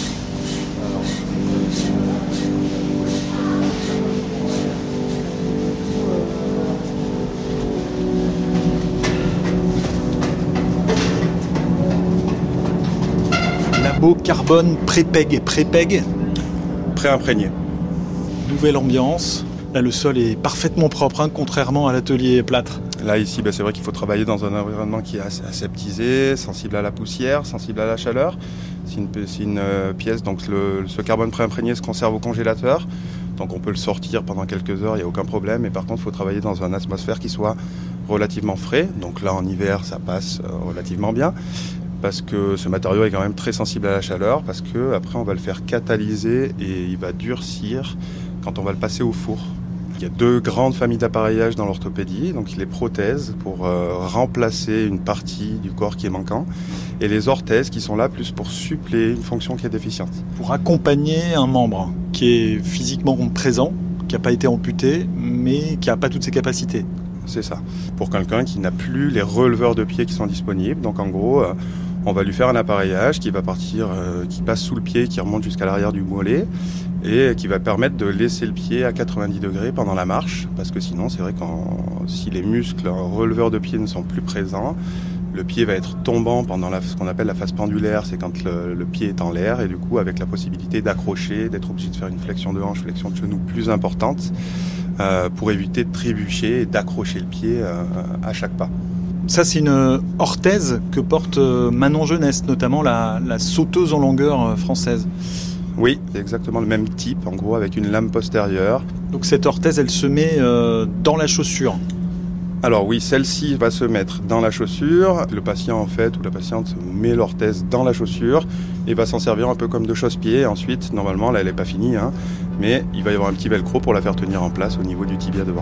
turbo carbone pré-peg. Pré-peg Pré-imprégné. Nouvelle ambiance. Là, le sol est parfaitement propre, hein, contrairement à l'atelier plâtre. Là, ici, bah, c'est vrai qu'il faut travailler dans un environnement qui est assez aseptisé, sensible à la poussière, sensible à la chaleur. C'est une, c'est une euh, pièce, donc le, ce carbone préimprégné se conserve au congélateur. Donc on peut le sortir pendant quelques heures, il n'y a aucun problème. Mais par contre, il faut travailler dans une atmosphère qui soit relativement frais. Donc là, en hiver, ça passe euh, relativement bien. Parce que ce matériau est quand même très sensible à la chaleur. Parce qu'après, on va le faire catalyser et il va durcir quand on va le passer au four. Il y a deux grandes familles d'appareillage dans l'orthopédie, donc les prothèses pour euh, remplacer une partie du corps qui est manquant, et les orthèses qui sont là plus pour suppléer une fonction qui est déficiente. Pour accompagner un membre qui est physiquement présent, qui n'a pas été amputé, mais qui n'a pas toutes ses capacités. C'est ça. Pour quelqu'un qui n'a plus les releveurs de pied qui sont disponibles, donc en gros, euh, on va lui faire un appareillage qui va partir, euh, qui passe sous le pied, qui remonte jusqu'à l'arrière du mollet, et qui va permettre de laisser le pied à quatre-vingt-dix degrés pendant la marche, parce que sinon, c'est vrai que si les muscles releveurs de pied ne sont plus présents, le pied va être tombant pendant la, ce qu'on appelle la phase pendulaire, c'est quand le, le pied est en l'air, et du coup, avec la possibilité d'accrocher, d'être obligé de faire une flexion de hanche, flexion de genou plus importante, euh, pour éviter de trébucher et d'accrocher le pied euh, à chaque pas. Ça, c'est une orthèse que porte Manon Jeunesse, notamment la, la sauteuse en longueur française. Oui, c'est exactement le même type, en gros, avec une lame postérieure. Donc cette orthèse, elle se met euh, dans la chaussure. Alors oui, celle-ci va se mettre dans la chaussure. Le patient, en fait, ou la patiente met l'orthèse dans la chaussure et va s'en servir un peu comme de chausse-pied. Ensuite, normalement, là, elle n'est pas finie, hein, mais il va y avoir un petit velcro pour la faire tenir en place au niveau du tibia devant.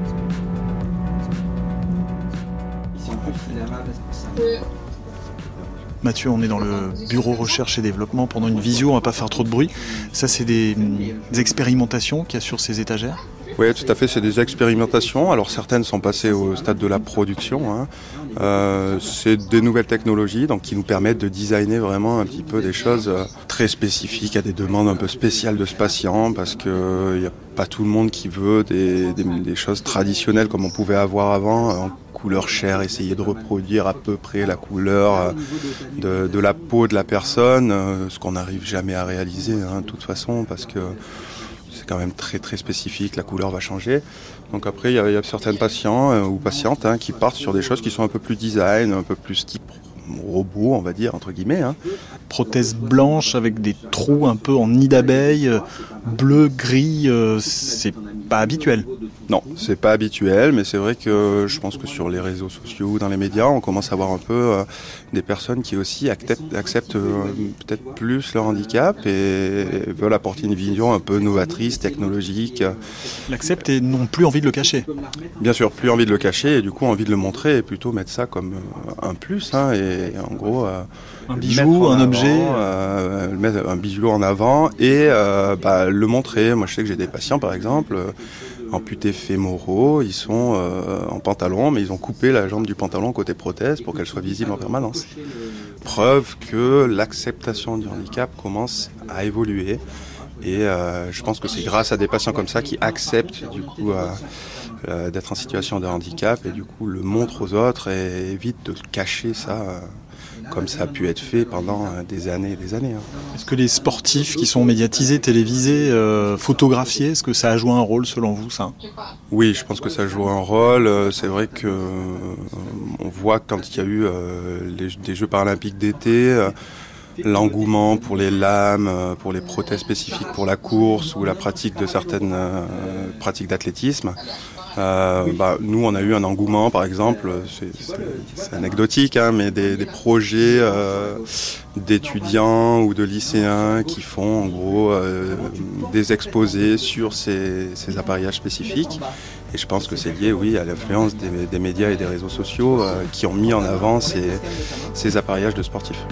Mathieu, on est dans le bureau recherche et développement. Pendant une visio, on va pas faire trop de bruit. Ça, c'est des, des expérimentations qu'il y a sur ces étagères ? Oui, tout à fait, c'est des expérimentations. Alors certaines sont passées au stade de la production. Hein. Euh, c'est des nouvelles technologies donc, qui nous permettent de designer vraiment un petit peu des choses très spécifiques à des demandes un peu spéciales de ce patient, parce qu'il n'y a pas tout le monde qui veut des, des, des choses traditionnelles comme on pouvait avoir avant, en couleur chair, essayer de reproduire à peu près la couleur de, de la peau de la personne, ce qu'on n'arrive jamais à réaliser hein, de toute façon, parce que c'est quand même très très spécifique, la couleur va changer. Donc après, il y a, il y a certains patients euh, ou patientes hein, qui partent sur des choses qui sont un peu plus design, un peu plus type robot, on va dire, entre guillemets. Hein. Prothèse blanche avec des trous un peu en nid d'abeille, bleu, gris, euh, c'est pas habituel. Non, c'est pas habituel, mais c'est vrai que je pense que sur les réseaux sociaux ou dans les médias, on commence à voir un peu euh, des personnes qui aussi acceptent, acceptent euh, peut-être plus leur handicap et veulent apporter une vision un peu novatrice, technologique. L'acceptent et n'ont plus envie de le cacher. Bien sûr, plus envie de le cacher et du coup envie de le montrer et plutôt mettre ça comme euh, un plus. Hein, et en gros, euh, un bijou, un avant, objet, euh, mettre un bijou en avant et euh, bah, le montrer. Moi, je sais que j'ai des patients, par exemple, euh, amputés fémoraux, ils sont euh, en pantalon, mais ils ont coupé la jambe du pantalon côté prothèse pour qu'elle soit visible en permanence. Preuve que l'acceptation du handicap commence à évoluer. Et euh, je pense que c'est grâce à des patients comme ça qui acceptent du coup euh, euh, d'être en situation de handicap et du coup le montrent aux autres et évitent de cacher ça euh, comme ça a pu être fait pendant euh, des années et des années. Hein. Est-ce que les sportifs qui sont médiatisés, télévisés, euh, photographiés, est-ce que ça a joué un rôle selon vous ça ? Oui, je pense que ça joue un rôle. C'est vrai que euh, on voit quand il y a eu euh, les, des Jeux paralympiques d'été. Euh, l'engouement pour les lames, pour les prothèses spécifiques pour la course ou la pratique de certaines euh, pratiques d'athlétisme. Euh, bah, nous, on a eu un engouement, par exemple, c'est, c'est, c'est anecdotique, hein, mais des, des projets euh, d'étudiants ou de lycéens qui font en gros euh, des exposés sur ces, ces appareillages spécifiques. Et je pense que c'est lié, oui, à l'influence des, des médias et des réseaux sociaux euh, qui ont mis en avant ces, ces appareillages de sportifs.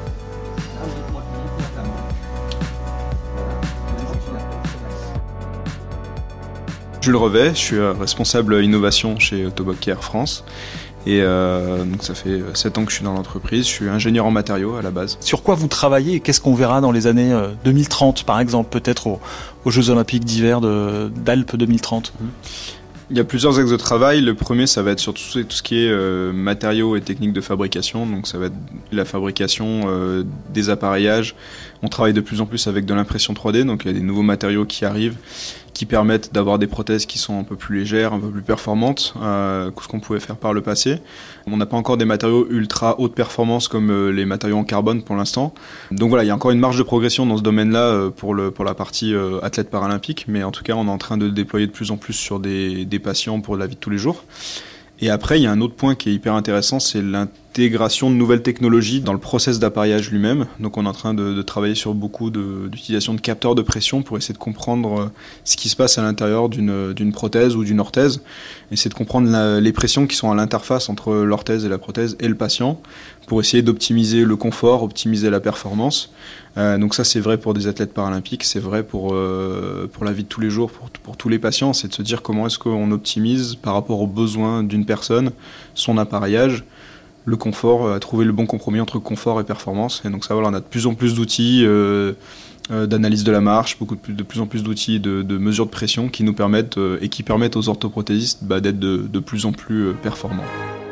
Jules Revet, je suis responsable innovation chez Autoboc Care France. Et euh, donc ça fait sept ans que je suis dans l'entreprise, je suis ingénieur en matériaux à la base. Sur quoi vous travaillez et qu'est-ce qu'on verra dans les années deux mille trente par exemple, peut-être aux, aux Jeux Olympiques d'hiver de, d'Alpes deux mille trente ? Il y a plusieurs axes de travail. Le premier, ça va être sur tout ce, tout ce qui est euh, matériaux et techniques de fabrication. Donc ça va être la fabrication euh, des appareillages. On travaille de plus en plus avec de l'impression trois D, donc il y a des nouveaux matériaux qui arrivent, qui permettent d'avoir des prothèses qui sont un peu plus légères, un peu plus performantes euh, que ce qu'on pouvait faire par le passé. On n'a pas encore des matériaux ultra haute performance comme euh, les matériaux en carbone pour l'instant. Donc voilà, il y a encore une marge de progression dans ce domaine-là euh, pour, le, pour la partie euh, athlète paralympique, mais en tout cas on est en train de le déployer de plus en plus sur des, des patients pour la vie de tous les jours. Et après, il y a un autre point qui est hyper intéressant, c'est l'intégration de nouvelles technologies dans le process d'appareillage lui-même. Donc on est en train de, de travailler sur beaucoup de, d'utilisation de capteurs de pression pour essayer de comprendre ce qui se passe à l'intérieur d'une, d'une prothèse ou d'une orthèse. Essayer de comprendre la, les pressions qui sont à l'interface entre l'orthèse et la prothèse et le patient pour essayer d'optimiser le confort, optimiser la performance. Euh, donc ça c'est vrai pour des athlètes paralympiques, c'est vrai pour, euh, pour la vie de tous les jours, pour, pour tous les patients, c'est de se dire comment est-ce qu'on optimise par rapport aux besoins d'une personne, son appareillage, le confort, euh, trouver le bon compromis entre confort et performance. Et donc ça voilà, on a de plus en plus d'outils euh, euh, d'analyse de la marche, beaucoup de plus, de plus en plus d'outils de, de mesure de pression qui nous permettent euh, et qui permettent aux orthoprothésistes bah, d'être de, de plus en plus euh, performants.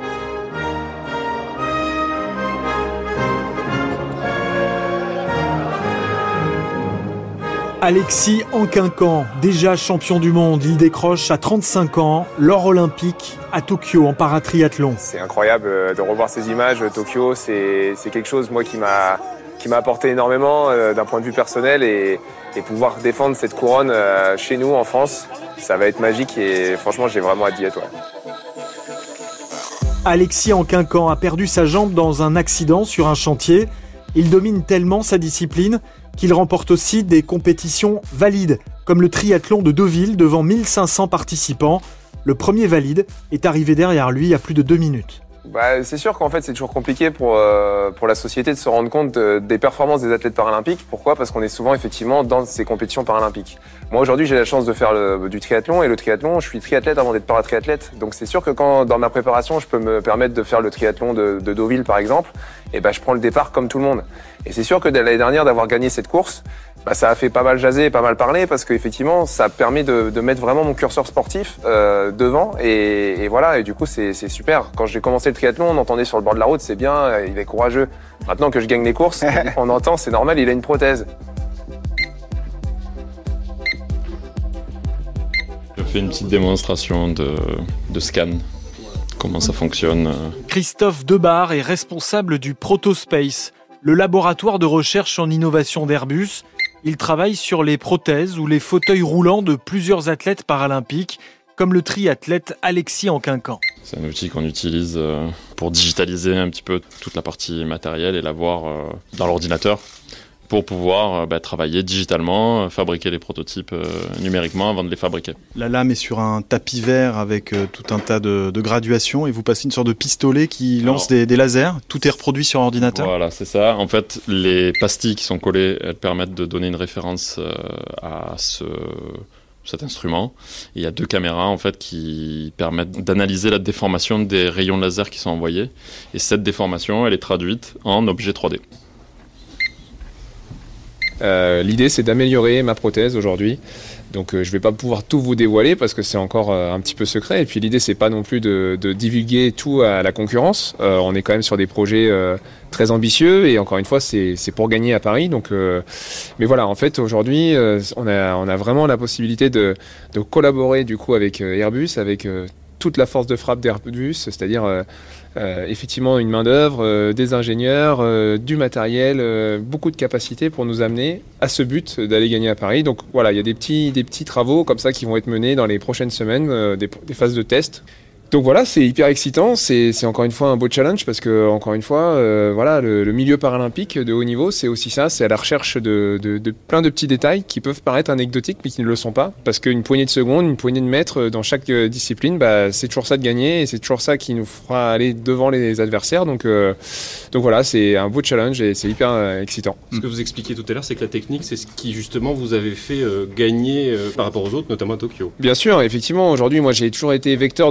Alexis Anquincan, déjà champion du monde, il décroche à trente-cinq ans l'or olympique à Tokyo en paratriathlon. C'est incroyable de revoir ces images. Tokyo, c'est, c'est quelque chose moi, qui m'a, qui m'a apporté énormément euh, d'un point de vue personnel et, et pouvoir défendre cette couronne euh, chez nous en France, ça va être magique et franchement j'ai vraiment hâte d'y être. Ouais. Alexis Anquincan a perdu sa jambe dans un accident sur un chantier. Il domine tellement sa discipline qu'il remporte aussi des compétitions valides, comme le triathlon de Deauville devant mille cinq cents participants. Le premier valide est arrivé derrière lui à plus de deux minutes. Bah, c'est sûr qu'en fait c'est toujours compliqué pour, euh, pour la société de se rendre compte de, des performances des athlètes paralympiques. Pourquoi ? Parce qu'on est souvent effectivement dans ces compétitions paralympiques. Moi aujourd'hui j'ai la chance de faire le, du triathlon et le triathlon, je suis triathlète avant d'être paratriathlète. Donc c'est sûr que quand dans ma préparation je peux me permettre de faire le triathlon de, de Deauville par exemple, et bah, je prends le départ comme tout le monde. Et c'est sûr que l'année dernière d'avoir gagné cette course, bah, ça a fait pas mal jaser et pas mal parler parce qu'effectivement ça permet de, de mettre vraiment mon curseur sportif euh, devant et, et voilà, et du coup c'est, c'est super. Quand j'ai commencé le triathlon, on entendait sur le bord de la route, c'est bien, il est courageux. Maintenant que je gagne les courses, on entend, c'est normal, il a une prothèse. Je fais une petite démonstration de, de scan, comment ça fonctionne. Christophe Debar est responsable du Protospace, le laboratoire de recherche en innovation d'Airbus. Il travaille sur les prothèses ou les fauteuils roulants de plusieurs athlètes paralympiques, comme le triathlète Alexis Anquincan. C'est un outil qu'on utilise pour digitaliser un petit peu toute la partie matérielle et l'avoir dans l'ordinateur pour pouvoir bah, travailler digitalement, fabriquer les prototypes euh, numériquement avant de les fabriquer. La lame est sur un tapis vert avec euh, tout un tas de, de graduations et vous passez une sorte de pistolet qui lance Alors, des, des lasers. Tout est reproduit sur ordinateur. Voilà, c'est ça. En fait, les pastilles qui sont collées, elles permettent de donner une référence euh, à ce... cet instrument. Et il y a deux caméras en fait qui permettent d'analyser la déformation des rayons laser qui sont envoyés. Et cette déformation, elle est traduite en objet trois D. Euh, l'idée c'est d'améliorer ma prothèse aujourd'hui, donc euh, je vais pas pouvoir tout vous dévoiler parce que c'est encore euh, un petit peu secret, et puis l'idée c'est pas non plus de, de divulguer tout à la concurrence. Euh, on est quand même sur des projets euh, très ambitieux et encore une fois c'est, c'est pour gagner à Paris, donc euh, mais voilà, en fait aujourd'hui euh, on, a, on a vraiment la possibilité de, de collaborer du coup avec euh, Airbus, avec euh, toute la force de frappe d'Airbus, c'est-à-dire euh, euh, effectivement une main-d'œuvre, euh, des ingénieurs, euh, du matériel, euh, beaucoup de capacités pour nous amener à ce but d'aller gagner à Paris. Donc voilà, il y a des petits, des petits travaux comme ça qui vont être menés dans les prochaines semaines, euh, des, des phases de test. Donc voilà, c'est hyper excitant, c'est, c'est encore une fois un beau challenge parce que encore une fois, euh, voilà, le, le milieu paralympique de haut niveau, c'est aussi ça, c'est à la recherche de, de, de plein de petits détails qui peuvent paraître anecdotiques mais qui ne le sont pas, parce qu'une poignée de secondes, une poignée de mètres dans chaque discipline, bah, c'est toujours ça de gagner et c'est toujours ça qui nous fera aller devant les adversaires. Donc, euh, donc voilà, c'est un beau challenge et c'est hyper euh, excitant. Ce que vous expliquiez tout à l'heure, c'est que la technique, c'est ce qui justement vous avez fait euh, gagner euh, par rapport aux autres, notamment à Tokyo. Bien sûr, effectivement, aujourd'hui, moi j'ai toujours été vecteur dans mon sport.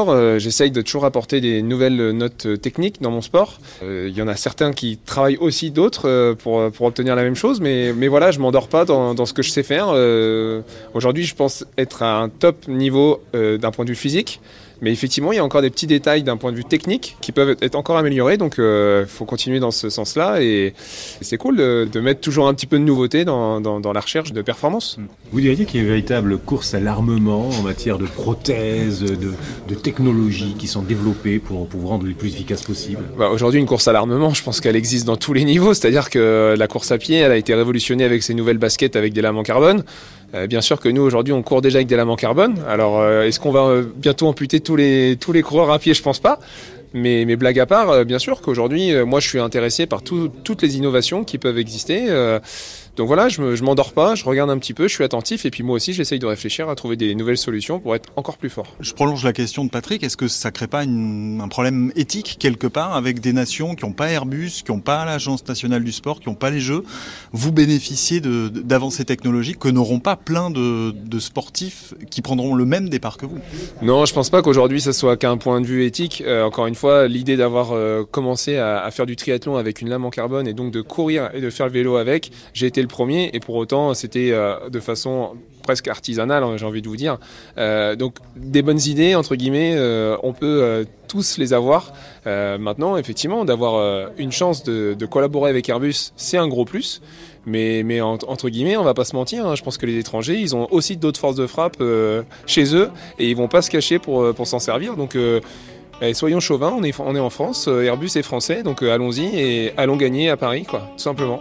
sport, euh, j'essaye de toujours apporter des nouvelles notes techniques dans mon sport. Il euh, y en a certains qui travaillent aussi d'autres euh, pour, pour obtenir la même chose, mais, mais voilà, je m'endors pas dans, dans ce que je sais faire. Euh, aujourd'hui, je pense être à un top niveau euh, d'un point de vue physique. Mais effectivement, il y a encore des petits détails d'un point de vue technique qui peuvent être encore améliorés. Donc, il euh, faut continuer dans ce sens-là. Et, et c'est cool de, de mettre toujours un petit peu de nouveauté dans, dans, dans la recherche de performance. Vous diriez qu'il y a une véritable course à l'armement en matière de prothèses, de, de technologies qui sont développées pour, pour vous rendre les plus efficaces possibles? Bah, aujourd'hui, une course à l'armement, je pense qu'elle existe dans tous les niveaux. C'est-à-dire que la course à pied, elle a été révolutionnée avec ces nouvelles baskets avec des lames en carbone. Euh, bien sûr que nous, aujourd'hui, on court déjà avec des lames en carbone. Alors, euh, est-ce qu'on va euh, bientôt amputer tous les, tous les coureurs à pied? Je pense pas. Mais, mais blague à part, euh, bien sûr qu'aujourd'hui, euh, moi, je suis intéressé par tout, toutes les innovations qui peuvent exister. Euh, donc voilà, je me, je m'endors pas, je regarde un petit peu, je suis attentif. Et puis moi aussi, j'essaye de réfléchir à trouver des nouvelles solutions pour être encore plus fort. Je prolonge la question de Patrick. Est-ce que ça crée pas une, un problème éthique quelque part avec des nations qui n'ont pas Airbus, qui n'ont pas l'Agence nationale du sport, qui n'ont pas les Jeux? Vous bénéficiez de, d'avancées technologiques que n'auront pas plein de, de sportifs qui prendront le même départ que vous. Non, je pense pas qu'aujourd'hui, ça soit qu'un point de vue éthique. Euh, encore une fois, l'idée d'avoir euh, commencé à, à faire du triathlon avec une lame en carbone et donc de courir et de faire le vélo avec, j'ai été le premier et pour autant c'était euh, de façon presque artisanale, j'ai envie de vous dire. Euh, donc des bonnes idées entre guillemets, euh, on peut euh, tous les avoir. Euh, maintenant, effectivement, d'avoir euh, une chance de, de collaborer avec Airbus, c'est un gros plus. Mais, mais en, entre guillemets, on va pas se mentir. Hein, je pense que les étrangers, ils ont aussi d'autres forces de frappe euh, chez eux et ils vont pas se cacher pour pour s'en servir. Donc euh, Et soyons chauvins, on est, on est en France, Airbus est français, donc allons-y et allons gagner à Paris, quoi, tout simplement.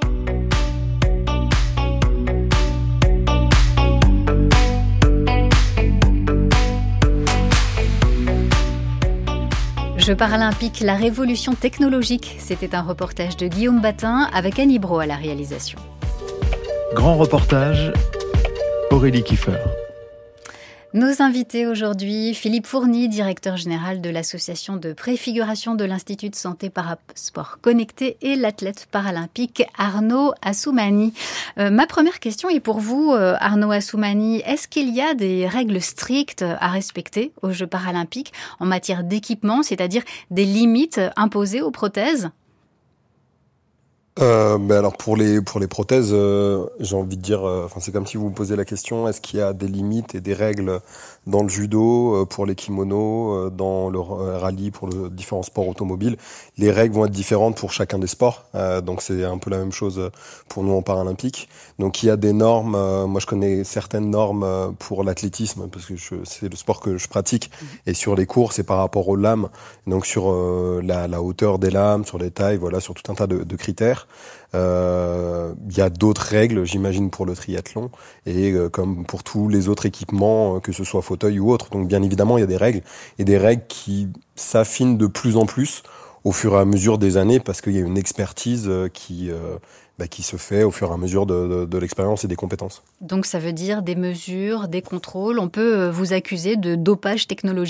Jeux paralympiques, la révolution technologique. C'était un reportage de Guillaume Batin avec Annie Brault à la réalisation. Grand reportage, Aurélie Kiefer. Nos invités aujourd'hui, Philippe Fourny, directeur général de l'association de préfiguration de l'Institut de santé Parasport Connecté, et l'athlète paralympique Arnaud Assoumani. Euh, ma première question est pour vous, euh, Arnaud Assoumani. Est-ce qu'il y a des règles strictes à respecter aux Jeux paralympiques en matière d'équipement, c'est-à-dire des limites imposées aux prothèses ? Euh, ben alors pour les pour les prothèses, euh, j'ai envie de dire, enfin euh, c'est comme si vous me posez la question, est-ce qu'il y a des limites et des règles dans le judo, euh, pour les kimonos, euh, dans le rallye, pour les différents sports automobiles? Les règles vont être différentes pour chacun des sports, euh, donc c'est un peu la même chose pour nous en paralympique. Donc il y a des normes, euh, moi je connais certaines normes euh, pour l'athlétisme parce que je, c'est le sport que je pratique, et sur les cours c'est par rapport aux lames, donc sur euh, la, la hauteur des lames, sur les tailles, voilà, sur tout un tas de, de critères. Il euh, y a d'autres règles, j'imagine, pour le triathlon, et euh, comme pour tous les autres équipements, que ce soit fauteuil ou autre. Donc bien évidemment, il y a des règles, et des règles qui s'affinent de plus en plus au fur et à mesure des années, parce qu'il y a une expertise qui, euh, bah, qui se fait au fur et à mesure de, de, de l'expérience et des compétences. Donc ça veut dire des mesures, des contrôles. On peut vous accuser de dopage technologique ?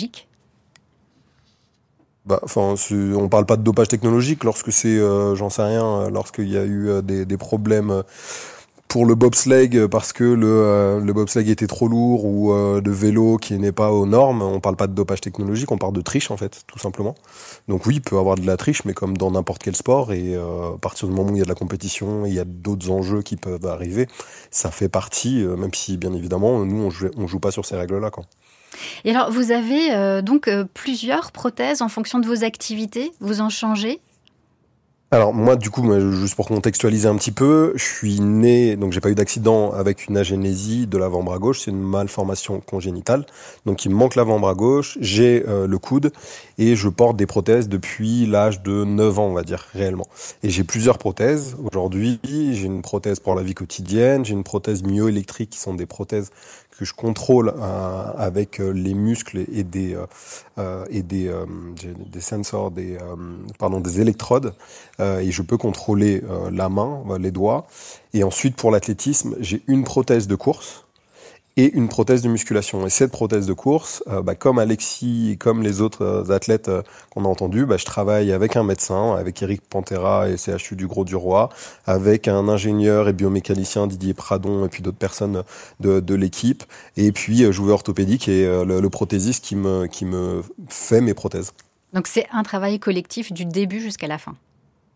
Bah, enfin, on parle pas de dopage technologique lorsque c'est, euh, j'en sais rien, lorsqu'il y a eu euh, des, des problèmes pour le bobsleigh parce que le, euh, le bobsleigh était trop lourd, ou euh, de vélo qui n'est pas aux normes. On parle pas de dopage technologique, on parle de triche en fait, tout simplement. Donc oui, il peut y avoir de la triche, mais comme dans n'importe quel sport, et euh, à partir du moment où il y a de la compétition, il y a d'autres enjeux qui peuvent arriver, ça fait partie, euh, même si bien évidemment, nous on joue, on joue pas sur ces règles-là, quoi. Et alors, vous avez euh, donc euh, plusieurs prothèses en fonction de vos activités, vous en changez ? Alors moi, du coup, juste pour contextualiser un petit peu, je suis né, donc j'ai pas eu d'accident, avec une agénésie de l'avant-bras gauche, c'est une malformation congénitale, donc il me manque l'avant-bras gauche, j'ai euh, le coude, et je porte des prothèses depuis l'âge de neuf ans, on va dire, réellement. Et j'ai plusieurs prothèses. Aujourd'hui, j'ai une prothèse pour la vie quotidienne, j'ai une prothèse myoélectrique, qui sont des prothèses que je contrôle euh, avec euh, les muscles et des euh, et des euh, des sensors, des euh, pardon des électrodes, euh, et je peux contrôler euh, la main, les doigts. Et ensuite pour l'athlétisme, j'ai une prothèse de course et une prothèse de musculation. Et cette prothèse de course, euh, bah, comme Alexis et comme les autres euh, athlètes euh, qu'on a entendus, bah, je travaille avec un médecin, avec Eric Pantera et C H U du Gros-du-Roi, avec un ingénieur et biomécanicien Didier Pradon et puis d'autres personnes de, de l'équipe, et puis euh, joueur orthopédique et euh, le, le prothésiste qui me, qui me fait mes prothèses. Donc c'est un travail collectif du début jusqu'à la fin.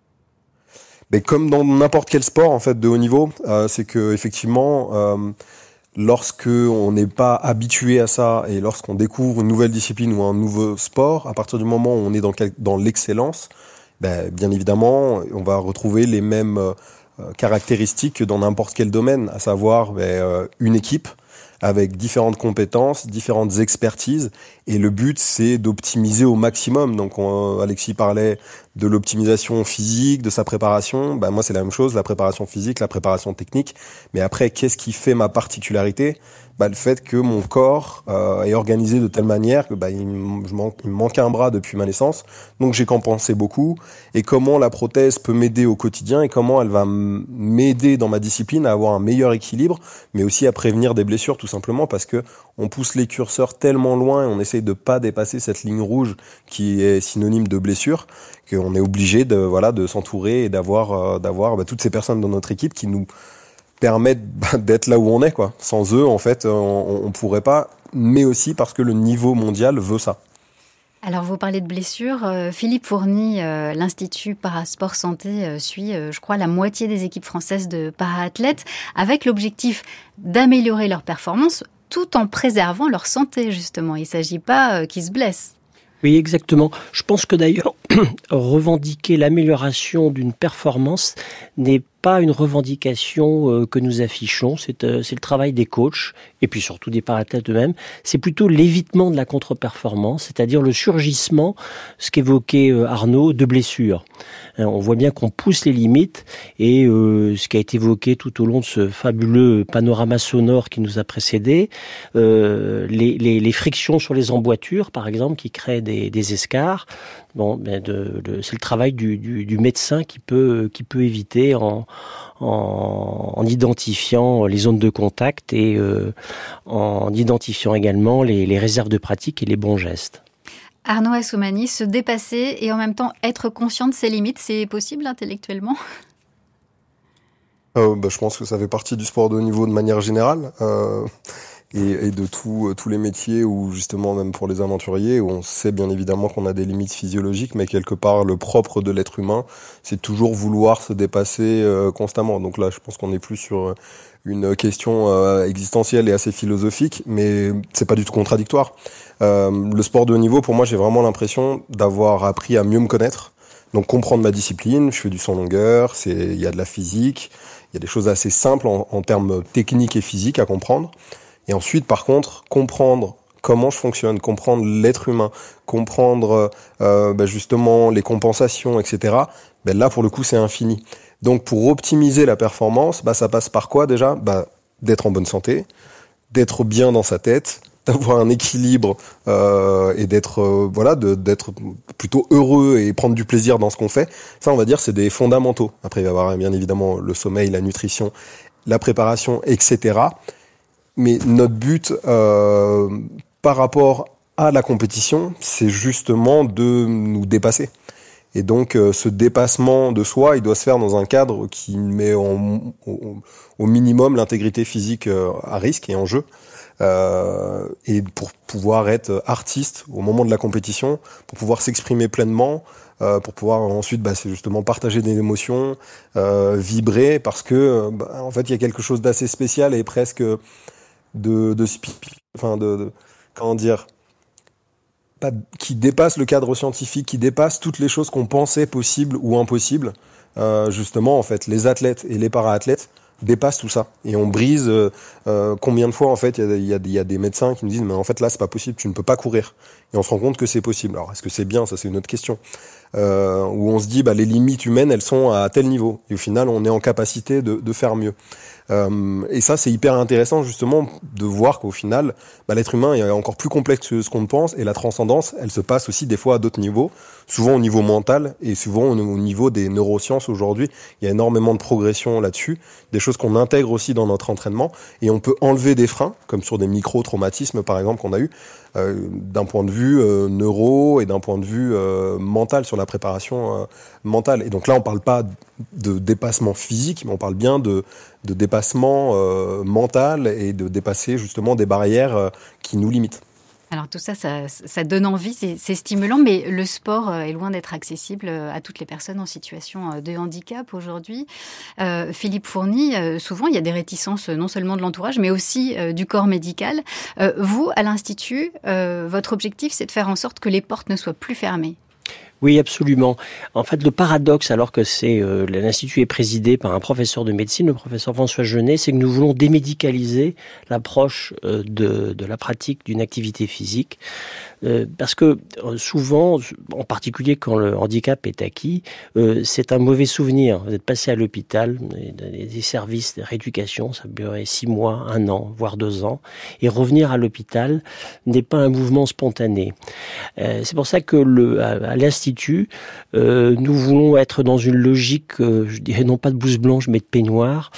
Mais comme dans n'importe quel sport en fait de haut niveau, euh, c'est que effectivement, euh, lorsque on n'est pas habitué à ça et lorsqu'on découvre une nouvelle discipline ou un nouveau sport, à partir du moment où on est dans, dans l'excellence, ben, bien évidemment, on va retrouver les mêmes euh, caractéristiques que dans n'importe quel domaine, à savoir ben, euh, une équipe avec différentes compétences, différentes expertises, et le but c'est d'optimiser au maximum. Donc on, Alexis parlait de l'optimisation physique, de sa préparation, ben moi c'est la même chose, la préparation physique, la préparation technique, mais après qu'est-ce qui fait ma particularité ? Bah, le fait que mon corps euh, est organisé de telle manière que bah, il, je manque, il me manque un bras depuis ma naissance, donc j'ai compensé beaucoup, et comment la prothèse peut m'aider au quotidien et comment elle va m'aider dans ma discipline à avoir un meilleur équilibre, mais aussi à prévenir des blessures tout simplement parce que on pousse les curseurs tellement loin et on essaye de pas dépasser cette ligne rouge qui est synonyme de blessure qu'on est obligé de voilà de s'entourer et d'avoir euh, d'avoir bah, toutes ces personnes dans notre équipe qui nous permettent d'être là où on est, quoi. Sans eux, en fait, on, on pourrait pas, mais aussi parce que le niveau mondial veut ça. Alors, vous parlez de blessures. Euh, Philippe Fourny, euh, l'Institut Parasport Santé, euh, suit, euh, je crois, la moitié des équipes françaises de para-athlètes, avec l'objectif d'améliorer leur performance tout en préservant leur santé, justement. Il ne s'agit pas euh, qu'ils se blessent. Oui, exactement. Je pense que d'ailleurs, revendiquer l'amélioration d'une performance n'est pas une revendication euh, que nous affichons, c'est, euh, c'est le travail des coachs et puis surtout des parathlètes eux-mêmes. C'est plutôt l'évitement de la contre-performance, c'est-à-dire le surgissement, ce qu'évoquait euh, Arnaud, de blessures. Hein, on voit bien qu'on pousse les limites et euh, ce qui a été évoqué tout au long de ce fabuleux panorama sonore qui nous a précédé, euh, les, les, les frictions sur les emboîtures, par exemple, qui créent des, des escarres. Bon, ben de, de, c'est le travail du, du, du médecin qui peut, qui peut éviter en, en, en identifiant les zones de contact et euh, en identifiant également les, les réserves de pratique et les bons gestes. Arnaud Assoumani, se dépasser et en même temps être conscient de ses limites, c'est possible intellectuellement ? euh, bah, Je pense que ça fait partie du sport de haut niveau de manière générale. Euh... Et, et de tout, tous les métiers où justement même pour les aventuriers où on sait bien évidemment qu'on a des limites physiologiques, mais quelque part le propre de l'être humain c'est toujours vouloir se dépasser euh, constamment. Donc là je pense qu'on est plus sur une question euh, existentielle et assez philosophique, mais c'est pas du tout contradictoire. Euh, le sport de haut niveau, pour moi, j'ai vraiment l'impression d'avoir appris à mieux me connaître, donc comprendre ma discipline. Je fais du sans longueur, c'est il y a de la physique, il y a des choses assez simples en, en termes techniques et physiques à comprendre. Et ensuite, par contre, comprendre comment je fonctionne, comprendre l'être humain, comprendre euh, bah justement les compensations, et cetera. Ben là, pour le coup, c'est infini. Donc, pour optimiser la performance, bah, ça passe par quoi déjà ? Bah, d'être en bonne santé, d'être bien dans sa tête, d'avoir un équilibre euh, et d'être euh, voilà, de, d'être plutôt heureux et prendre du plaisir dans ce qu'on fait. Ça, on va dire, c'est des fondamentaux. Après, il va y avoir bien évidemment le sommeil, la nutrition, la préparation, et cetera. Mais notre but euh, par rapport à la compétition, c'est justement de nous dépasser. Et donc, euh, ce dépassement de soi, il doit se faire dans un cadre qui met en, au, au minimum l'intégrité physique euh, à risque et en jeu. Euh, et pour pouvoir être artiste au moment de la compétition, pour pouvoir s'exprimer pleinement, euh, pour pouvoir ensuite, bah, c'est justement partager des émotions, euh, vibrer, parce que, bah, en fait, il y a quelque chose d'assez spécial et presque de, de, enfin de, de comment dire, pas, qui dépasse le cadre scientifique, qui dépasse toutes les choses qu'on pensait possibles ou impossibles. Euh, justement, en fait, les athlètes et les para-athlètes dépassent tout ça. Et on brise euh, euh, combien de fois, en fait, il y a, y, a, y a des médecins qui nous disent, mais en fait, là, c'est pas possible, tu ne peux pas courir. Et on se rend compte que c'est possible. Alors, est-ce que c'est bien ? Ça, c'est une autre question. Euh, où on se dit, bah, les limites humaines, elles sont à tel niveau. Et au final, on est en capacité de, de faire mieux. Euh, et ça, c'est hyper intéressant justement de voir qu'au final, bah, l'être humain est encore plus complexe que ce qu'on pense, et la transcendance, elle se passe aussi des fois à d'autres niveaux, souvent au niveau mental et souvent au niveau des neurosciences. Aujourd'hui, il y a énormément de progression là-dessus, des choses qu'on intègre aussi dans notre entraînement, et on peut enlever des freins, comme sur des micro-traumatismes par exemple qu'on a eu, euh, d'un point de vue euh, neuro et d'un point de vue euh, mental, sur la préparation euh, mentale. Et donc là, on parle pas de dépassement physique, mais on parle bien de, de dépassement euh, mental, et de dépasser justement des barrières euh, qui nous limitent. Alors tout ça, ça, ça donne envie, c'est, c'est stimulant, mais le sport est loin d'être accessible à toutes les personnes en situation de handicap aujourd'hui. Euh, Philippe Fourny, souvent il y a des réticences non seulement de l'entourage, mais aussi euh, du corps médical. Euh, vous, à l'Institut, euh, votre objectif, c'est de faire en sorte que les portes ne soient plus fermées. Oui, absolument. En fait, le paradoxe, alors que c'est euh, l'Institut est présidé par un professeur de médecine, le professeur François Genet, c'est que nous voulons démédicaliser l'approche euh, de, de la pratique d'une activité physique. Euh, parce que euh, souvent, en particulier quand le handicap est acquis, euh, c'est un mauvais souvenir. Vous êtes passé à l'hôpital, des, des services de rééducation, ça peut durer six mois, un an, voire deux ans. Et revenir à l'hôpital n'est pas un mouvement spontané. Euh, c'est pour ça que le, à, à l'Institut, euh, nous voulons être dans une logique, euh, je dirais non pas de blouse blanche, mais de peignoir,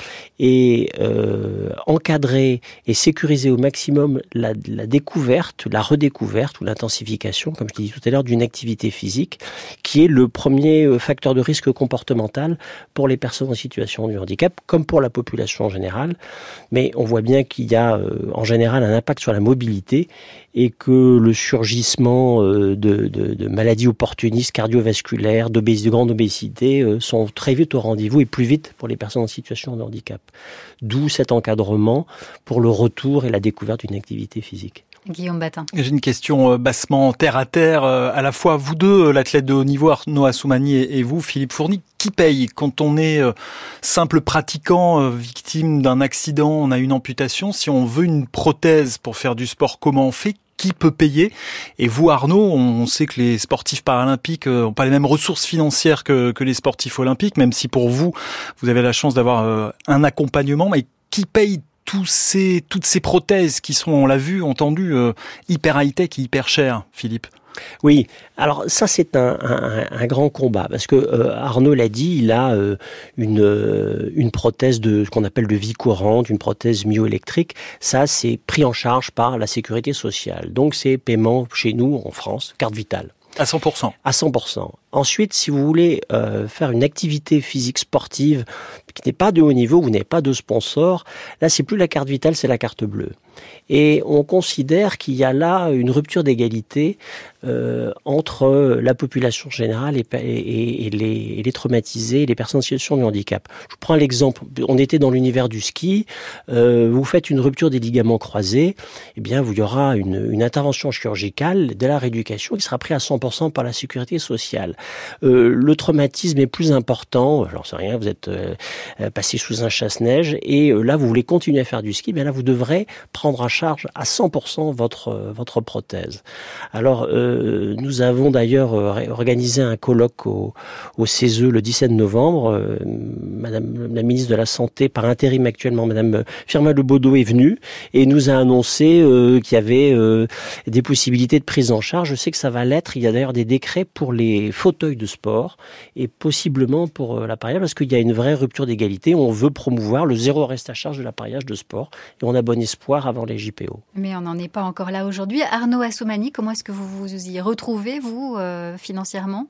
et euh, encadrer et sécuriser au maximum la, la découverte, la redécouverte ou l'intensification, comme je l'ai dit tout à l'heure, d'une activité physique, qui est le premier facteur de risque comportemental pour les personnes en situation de handicap, comme pour la population en général. Mais on voit bien qu'il y a euh, en général un impact sur la mobilité, et que le surgissement euh, de, de, de maladies opportunistes cardiovasculaires, d'obésité, de grande obésité, euh, sont très vite au rendez-vous, et plus vite pour les personnes en situation de handicap. D'où cet encadrement pour le retour et la découverte d'une activité physique. Guillaume Batin. J'ai une question euh, bassement terre à terre, euh, à la fois vous deux, euh, l'athlète de haut niveau Arnaud Assoumani, et, et vous, Philippe Fourny. Qui paye quand on est euh, simple pratiquant, euh, victime d'un accident, on a une amputation? Si on veut une prothèse pour faire du sport, comment on fait? Qui peut payer? Et vous, Arnaud, on sait que les sportifs paralympiques n'ont pas les mêmes ressources financières que, que les sportifs olympiques, même si pour vous, vous avez la chance d'avoir euh, un accompagnement. Mais qui paye tous ces, toutes ces prothèses qui sont, on l'a vu, entendu, euh, hyper high-tech et hyper chères, Philippe? Oui, alors ça c'est un, un, un grand combat, parce que euh, Arnaud l'a dit, il a euh, une, euh, une prothèse de ce qu'on appelle de vie courante, une prothèse myoélectrique. Ça c'est pris en charge par la sécurité sociale, donc c'est paiement chez nous en France, carte vitale. À cent pour cent. À cent pour cent. Ensuite, si vous voulez euh, faire une activité physique sportive qui n'est pas de haut niveau, vous n'avez pas de sponsor, là c'est plus la carte vitale, c'est la carte bleue. Et on considère qu'il y a là une rupture d'égalité euh, entre la population générale et, et, et, les, et les traumatisés, et les personnes en situation de handicap. Je vous prends l'exemple, on était dans l'univers du ski, euh, vous faites une rupture des ligaments croisés, eh bien il y aura une, une intervention chirurgicale de la rééducation qui sera prise à cent pour cent par la sécurité sociale. Euh, le traumatisme est plus important, j'en sais rien, vous êtes euh, passé sous un chasse-neige, et euh, là vous voulez continuer à faire du ski, bien là vous devrez prendre à charge à cent pour cent votre, votre prothèse. Alors, euh, nous avons d'ailleurs organisé un colloque au, au C E S E le dix-sept novembre. Euh, Madame la ministre de la Santé, par intérim actuellement, Madame Firmin Lebaudot est venue et nous a annoncé euh, qu'il y avait euh, des possibilités de prise en charge. Je sais que ça va l'être. Il y a d'ailleurs des décrets pour les fauteuils de sport et possiblement pour euh, l'appareillage, parce qu'il y a une vraie rupture d'égalité. On veut promouvoir le zéro reste à charge de l'appareillage de sport et on a bon espoir avant les J P O. Mais on n'en est pas encore là aujourd'hui. Arnaud Assoumani, comment est-ce que vous vous y retrouvez, vous, euh, financièrement?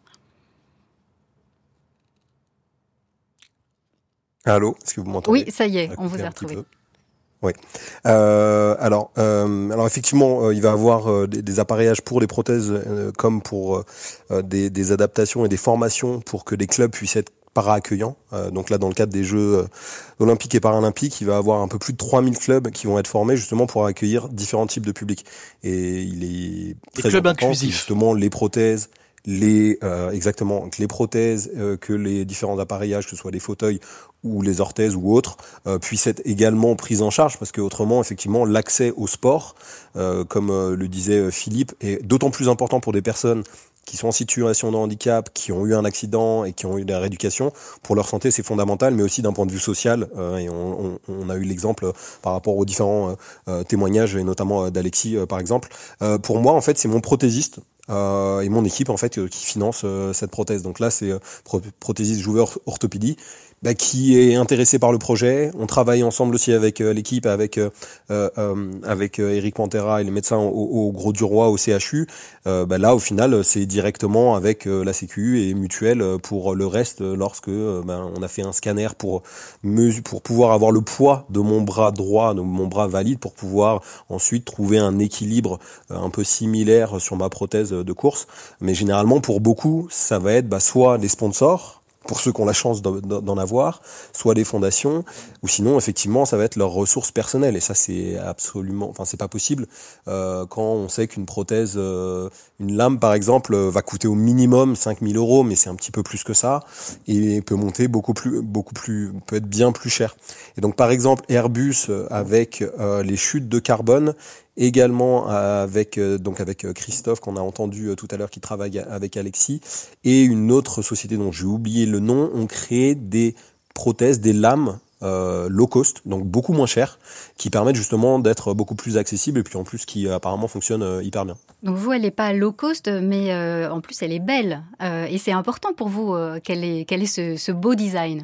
Allô, est-ce que vous m'entendez? Oui, ça y est, on vous a retrouvé. Oui. Euh, alors, euh, alors effectivement, euh, il va y avoir euh, des, des appareillages pour les prothèses euh, comme pour euh, des, des adaptations et des formations pour que les clubs puissent être para-accueillants. Euh, donc là, dans le cadre des Jeux euh, olympiques et paralympiques, il va y avoir un peu plus de trois mille clubs qui vont être formés justement pour accueillir différents types de publics. Et il est des très clubs important inclusifs. Justement, les prothèses, les euh, exactement que les prothèses, euh, que les différents appareillages, que ce soit les fauteuils ou les orthèses ou autres, euh, puissent être également prises en charge, parce que autrement, effectivement, l'accès au sport, euh, comme euh, le disait Philippe, est d'autant plus important pour des personnes qui sont en situation de handicap, qui ont eu un accident et qui ont eu de la rééducation, pour leur santé, c'est fondamental, mais aussi d'un point de vue social. Euh, et on, on, on a eu l'exemple euh, par rapport aux différents euh, témoignages, et notamment euh, d'Alexis, euh, par exemple. Euh, pour moi, en fait, c'est mon prothésiste euh, et mon équipe, en fait, euh, qui finance euh, cette prothèse. Donc là, c'est euh, pro- prothésiste Jouvet Orthopédie. Bah, qui est intéressé par le projet. On travaille ensemble aussi avec euh, l'équipe, avec euh, euh, avec euh, Eric Pantera et les médecins au, au Gros du Roi, au C H U. Euh, bah, là, au final, c'est directement avec euh, la Sécu et Mutuelle pour le reste, lorsque euh, bah, on a fait un scanner pour mesu- pour pouvoir avoir le poids de mon bras droit, de mon bras valide, pour pouvoir ensuite trouver un équilibre euh, un peu similaire sur ma prothèse de course. Mais généralement, pour beaucoup, ça va être bah, soit les sponsors, pour ceux qui ont la chance d'en avoir, soit des fondations, ou sinon, effectivement, ça va être leurs ressources personnelles. Et ça, c'est absolument, enfin, c'est pas possible euh, quand on sait qu'une prothèse, euh, une lame, par exemple, va coûter au minimum cinq mille euros, mais c'est un petit peu plus que ça, et peut monter beaucoup plus, beaucoup plus, peut être bien plus cher. Et donc, par exemple, Airbus, avec euh, les chutes de carbone, également avec euh, donc avec Christophe qu'on a entendu euh, tout à l'heure, qui travaille avec Alexis, et une autre société dont j'ai oublié le nom, ont créé des prothèses, des lames euh, low cost, donc beaucoup moins chères, qui permettent justement d'être beaucoup plus accessibles, et puis en plus qui euh, apparemment fonctionnent euh, hyper bien. Donc vous, elle n'est pas low cost, mais euh, en plus elle est belle, euh, et c'est important pour vous euh, qu'elle ait, qu'elle ait ce, ce beau design.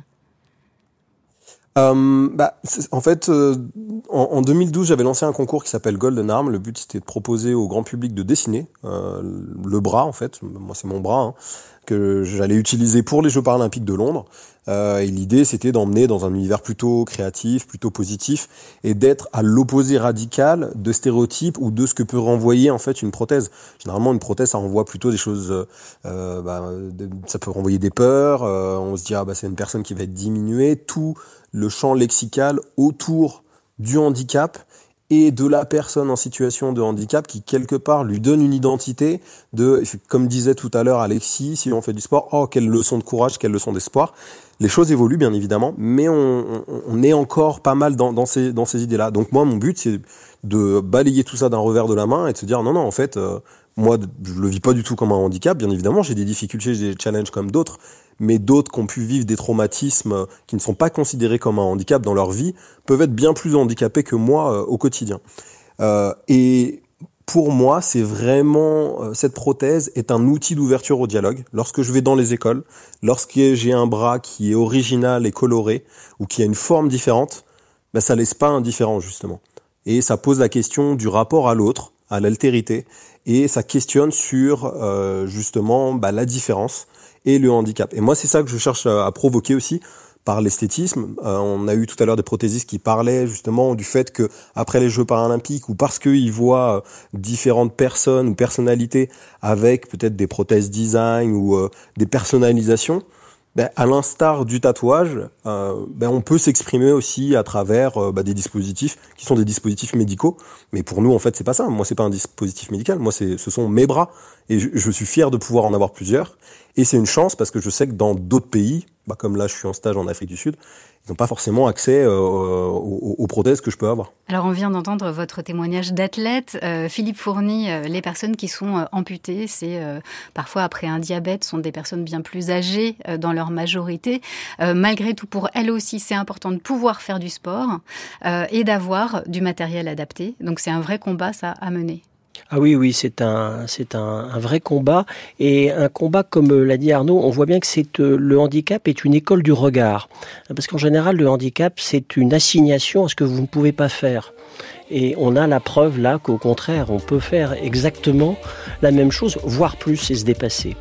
Euh, bah, en fait, euh, en, en deux mille douze, j'avais lancé un concours qui s'appelle Golden Arm. Le but, c'était de proposer au grand public de dessiner euh, le bras, en fait. Moi, c'est mon bras, hein, que j'allais utiliser pour les Jeux paralympiques de Londres. Euh, et l'idée, c'était d'emmener dans un univers plutôt créatif, plutôt positif, et d'être à l'opposé radical de stéréotypes ou de ce que peut renvoyer en fait une prothèse. Généralement, une prothèse, ça renvoie plutôt des choses, euh, bah, de, ça peut renvoyer des peurs. Euh, on se dit ah bah c'est une personne qui va être diminuée. Tout le champ lexical autour du handicap et de la personne en situation de handicap, qui quelque part lui donne une identité de, comme disait tout à l'heure Alexis, si on fait du sport, oh quelle leçon de courage, quelle leçon d'espoir. Les choses évoluent bien évidemment, mais on, on, on est encore pas mal dans, dans ces, dans ces idées-là. Donc moi, mon but, c'est de balayer tout ça d'un revers de la main et de se dire non, non, en fait, euh, moi, je le vis pas du tout comme un handicap. Bien évidemment, j'ai des difficultés, j'ai des challenges comme d'autres, mais d'autres qui ont pu vivre des traumatismes qui ne sont pas considérés comme un handicap dans leur vie peuvent être bien plus handicapés que moi euh, au quotidien. Euh, et pour moi, c'est vraiment, euh, cette prothèse est un outil d'ouverture au dialogue. Lorsque je vais dans les écoles, lorsque j'ai un bras qui est original et coloré, ou qui a une forme différente, ben, ça laisse pas indifférent, justement. Et ça pose la question du rapport à l'autre, à l'altérité, et ça questionne sur, euh, justement, bah, la différence et le handicap. Et moi, c'est ça que je cherche à, à provoquer aussi par l'esthétisme. Euh, on a eu tout à l'heure des prothésistes qui parlaient justement du fait que après les Jeux paralympiques, ou parce qu'ils voient euh, différentes personnes ou personnalités avec peut-être des prothèses design ou euh, des personnalisations, ben, à l'instar du tatouage, euh, ben, on peut s'exprimer aussi à travers euh, ben, des dispositifs qui sont des dispositifs médicaux. Mais pour nous, en fait, c'est pas ça. Moi, c'est pas un dispositif médical. Moi, c'est, ce sont mes bras. Et je, je suis fier de pouvoir en avoir plusieurs. Et c'est une chance parce que je sais que dans d'autres pays, bah, comme là, je suis en stage en Afrique du Sud, ils n'ont pas forcément accès euh, aux, aux prothèses que je peux avoir. Alors, on vient d'entendre votre témoignage d'athlète. Euh, Philippe Fourny, euh, les personnes qui sont euh, amputées, c'est euh, parfois après un diabète, sont des personnes bien plus âgées euh, dans leur majorité. Euh, malgré tout, pour elles aussi, c'est important de pouvoir faire du sport euh, et d'avoir du matériel adapté. Donc, c'est un vrai combat, ça, à mener. Ah oui, oui, c'est un, c'est un, un vrai combat, et un combat, comme l'a dit Arnaud, on voit bien que c'est, euh, le handicap est une école du regard. Parce qu'en général, le handicap, c'est une assignation à ce que vous ne pouvez pas faire. Et on a la preuve là qu'au contraire, on peut faire exactement la même chose, voire plus, et se dépasser.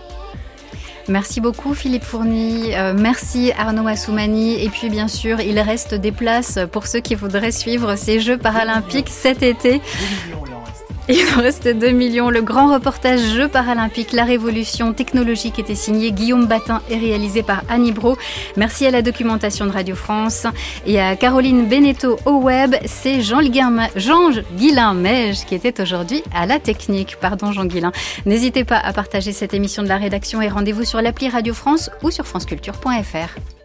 Merci beaucoup Philippe Fourny, euh, merci Arnaud Assoumani, et puis bien sûr il reste des places pour ceux qui voudraient suivre ces Jeux paralympiques cet été. Il en reste deux millions. Le grand reportage Jeux paralympiques, la révolution technologique était signé Guillaume Batin et réalisé par Annie Brault. Merci à la documentation de Radio France et à Caroline Beneteau au web. C'est Jean Guillain-Meige qui était aujourd'hui à la technique. Pardon Jean Guillain. N'hésitez pas à partager cette émission de la rédaction et rendez-vous sur l'appli Radio France ou sur franceculture point f r.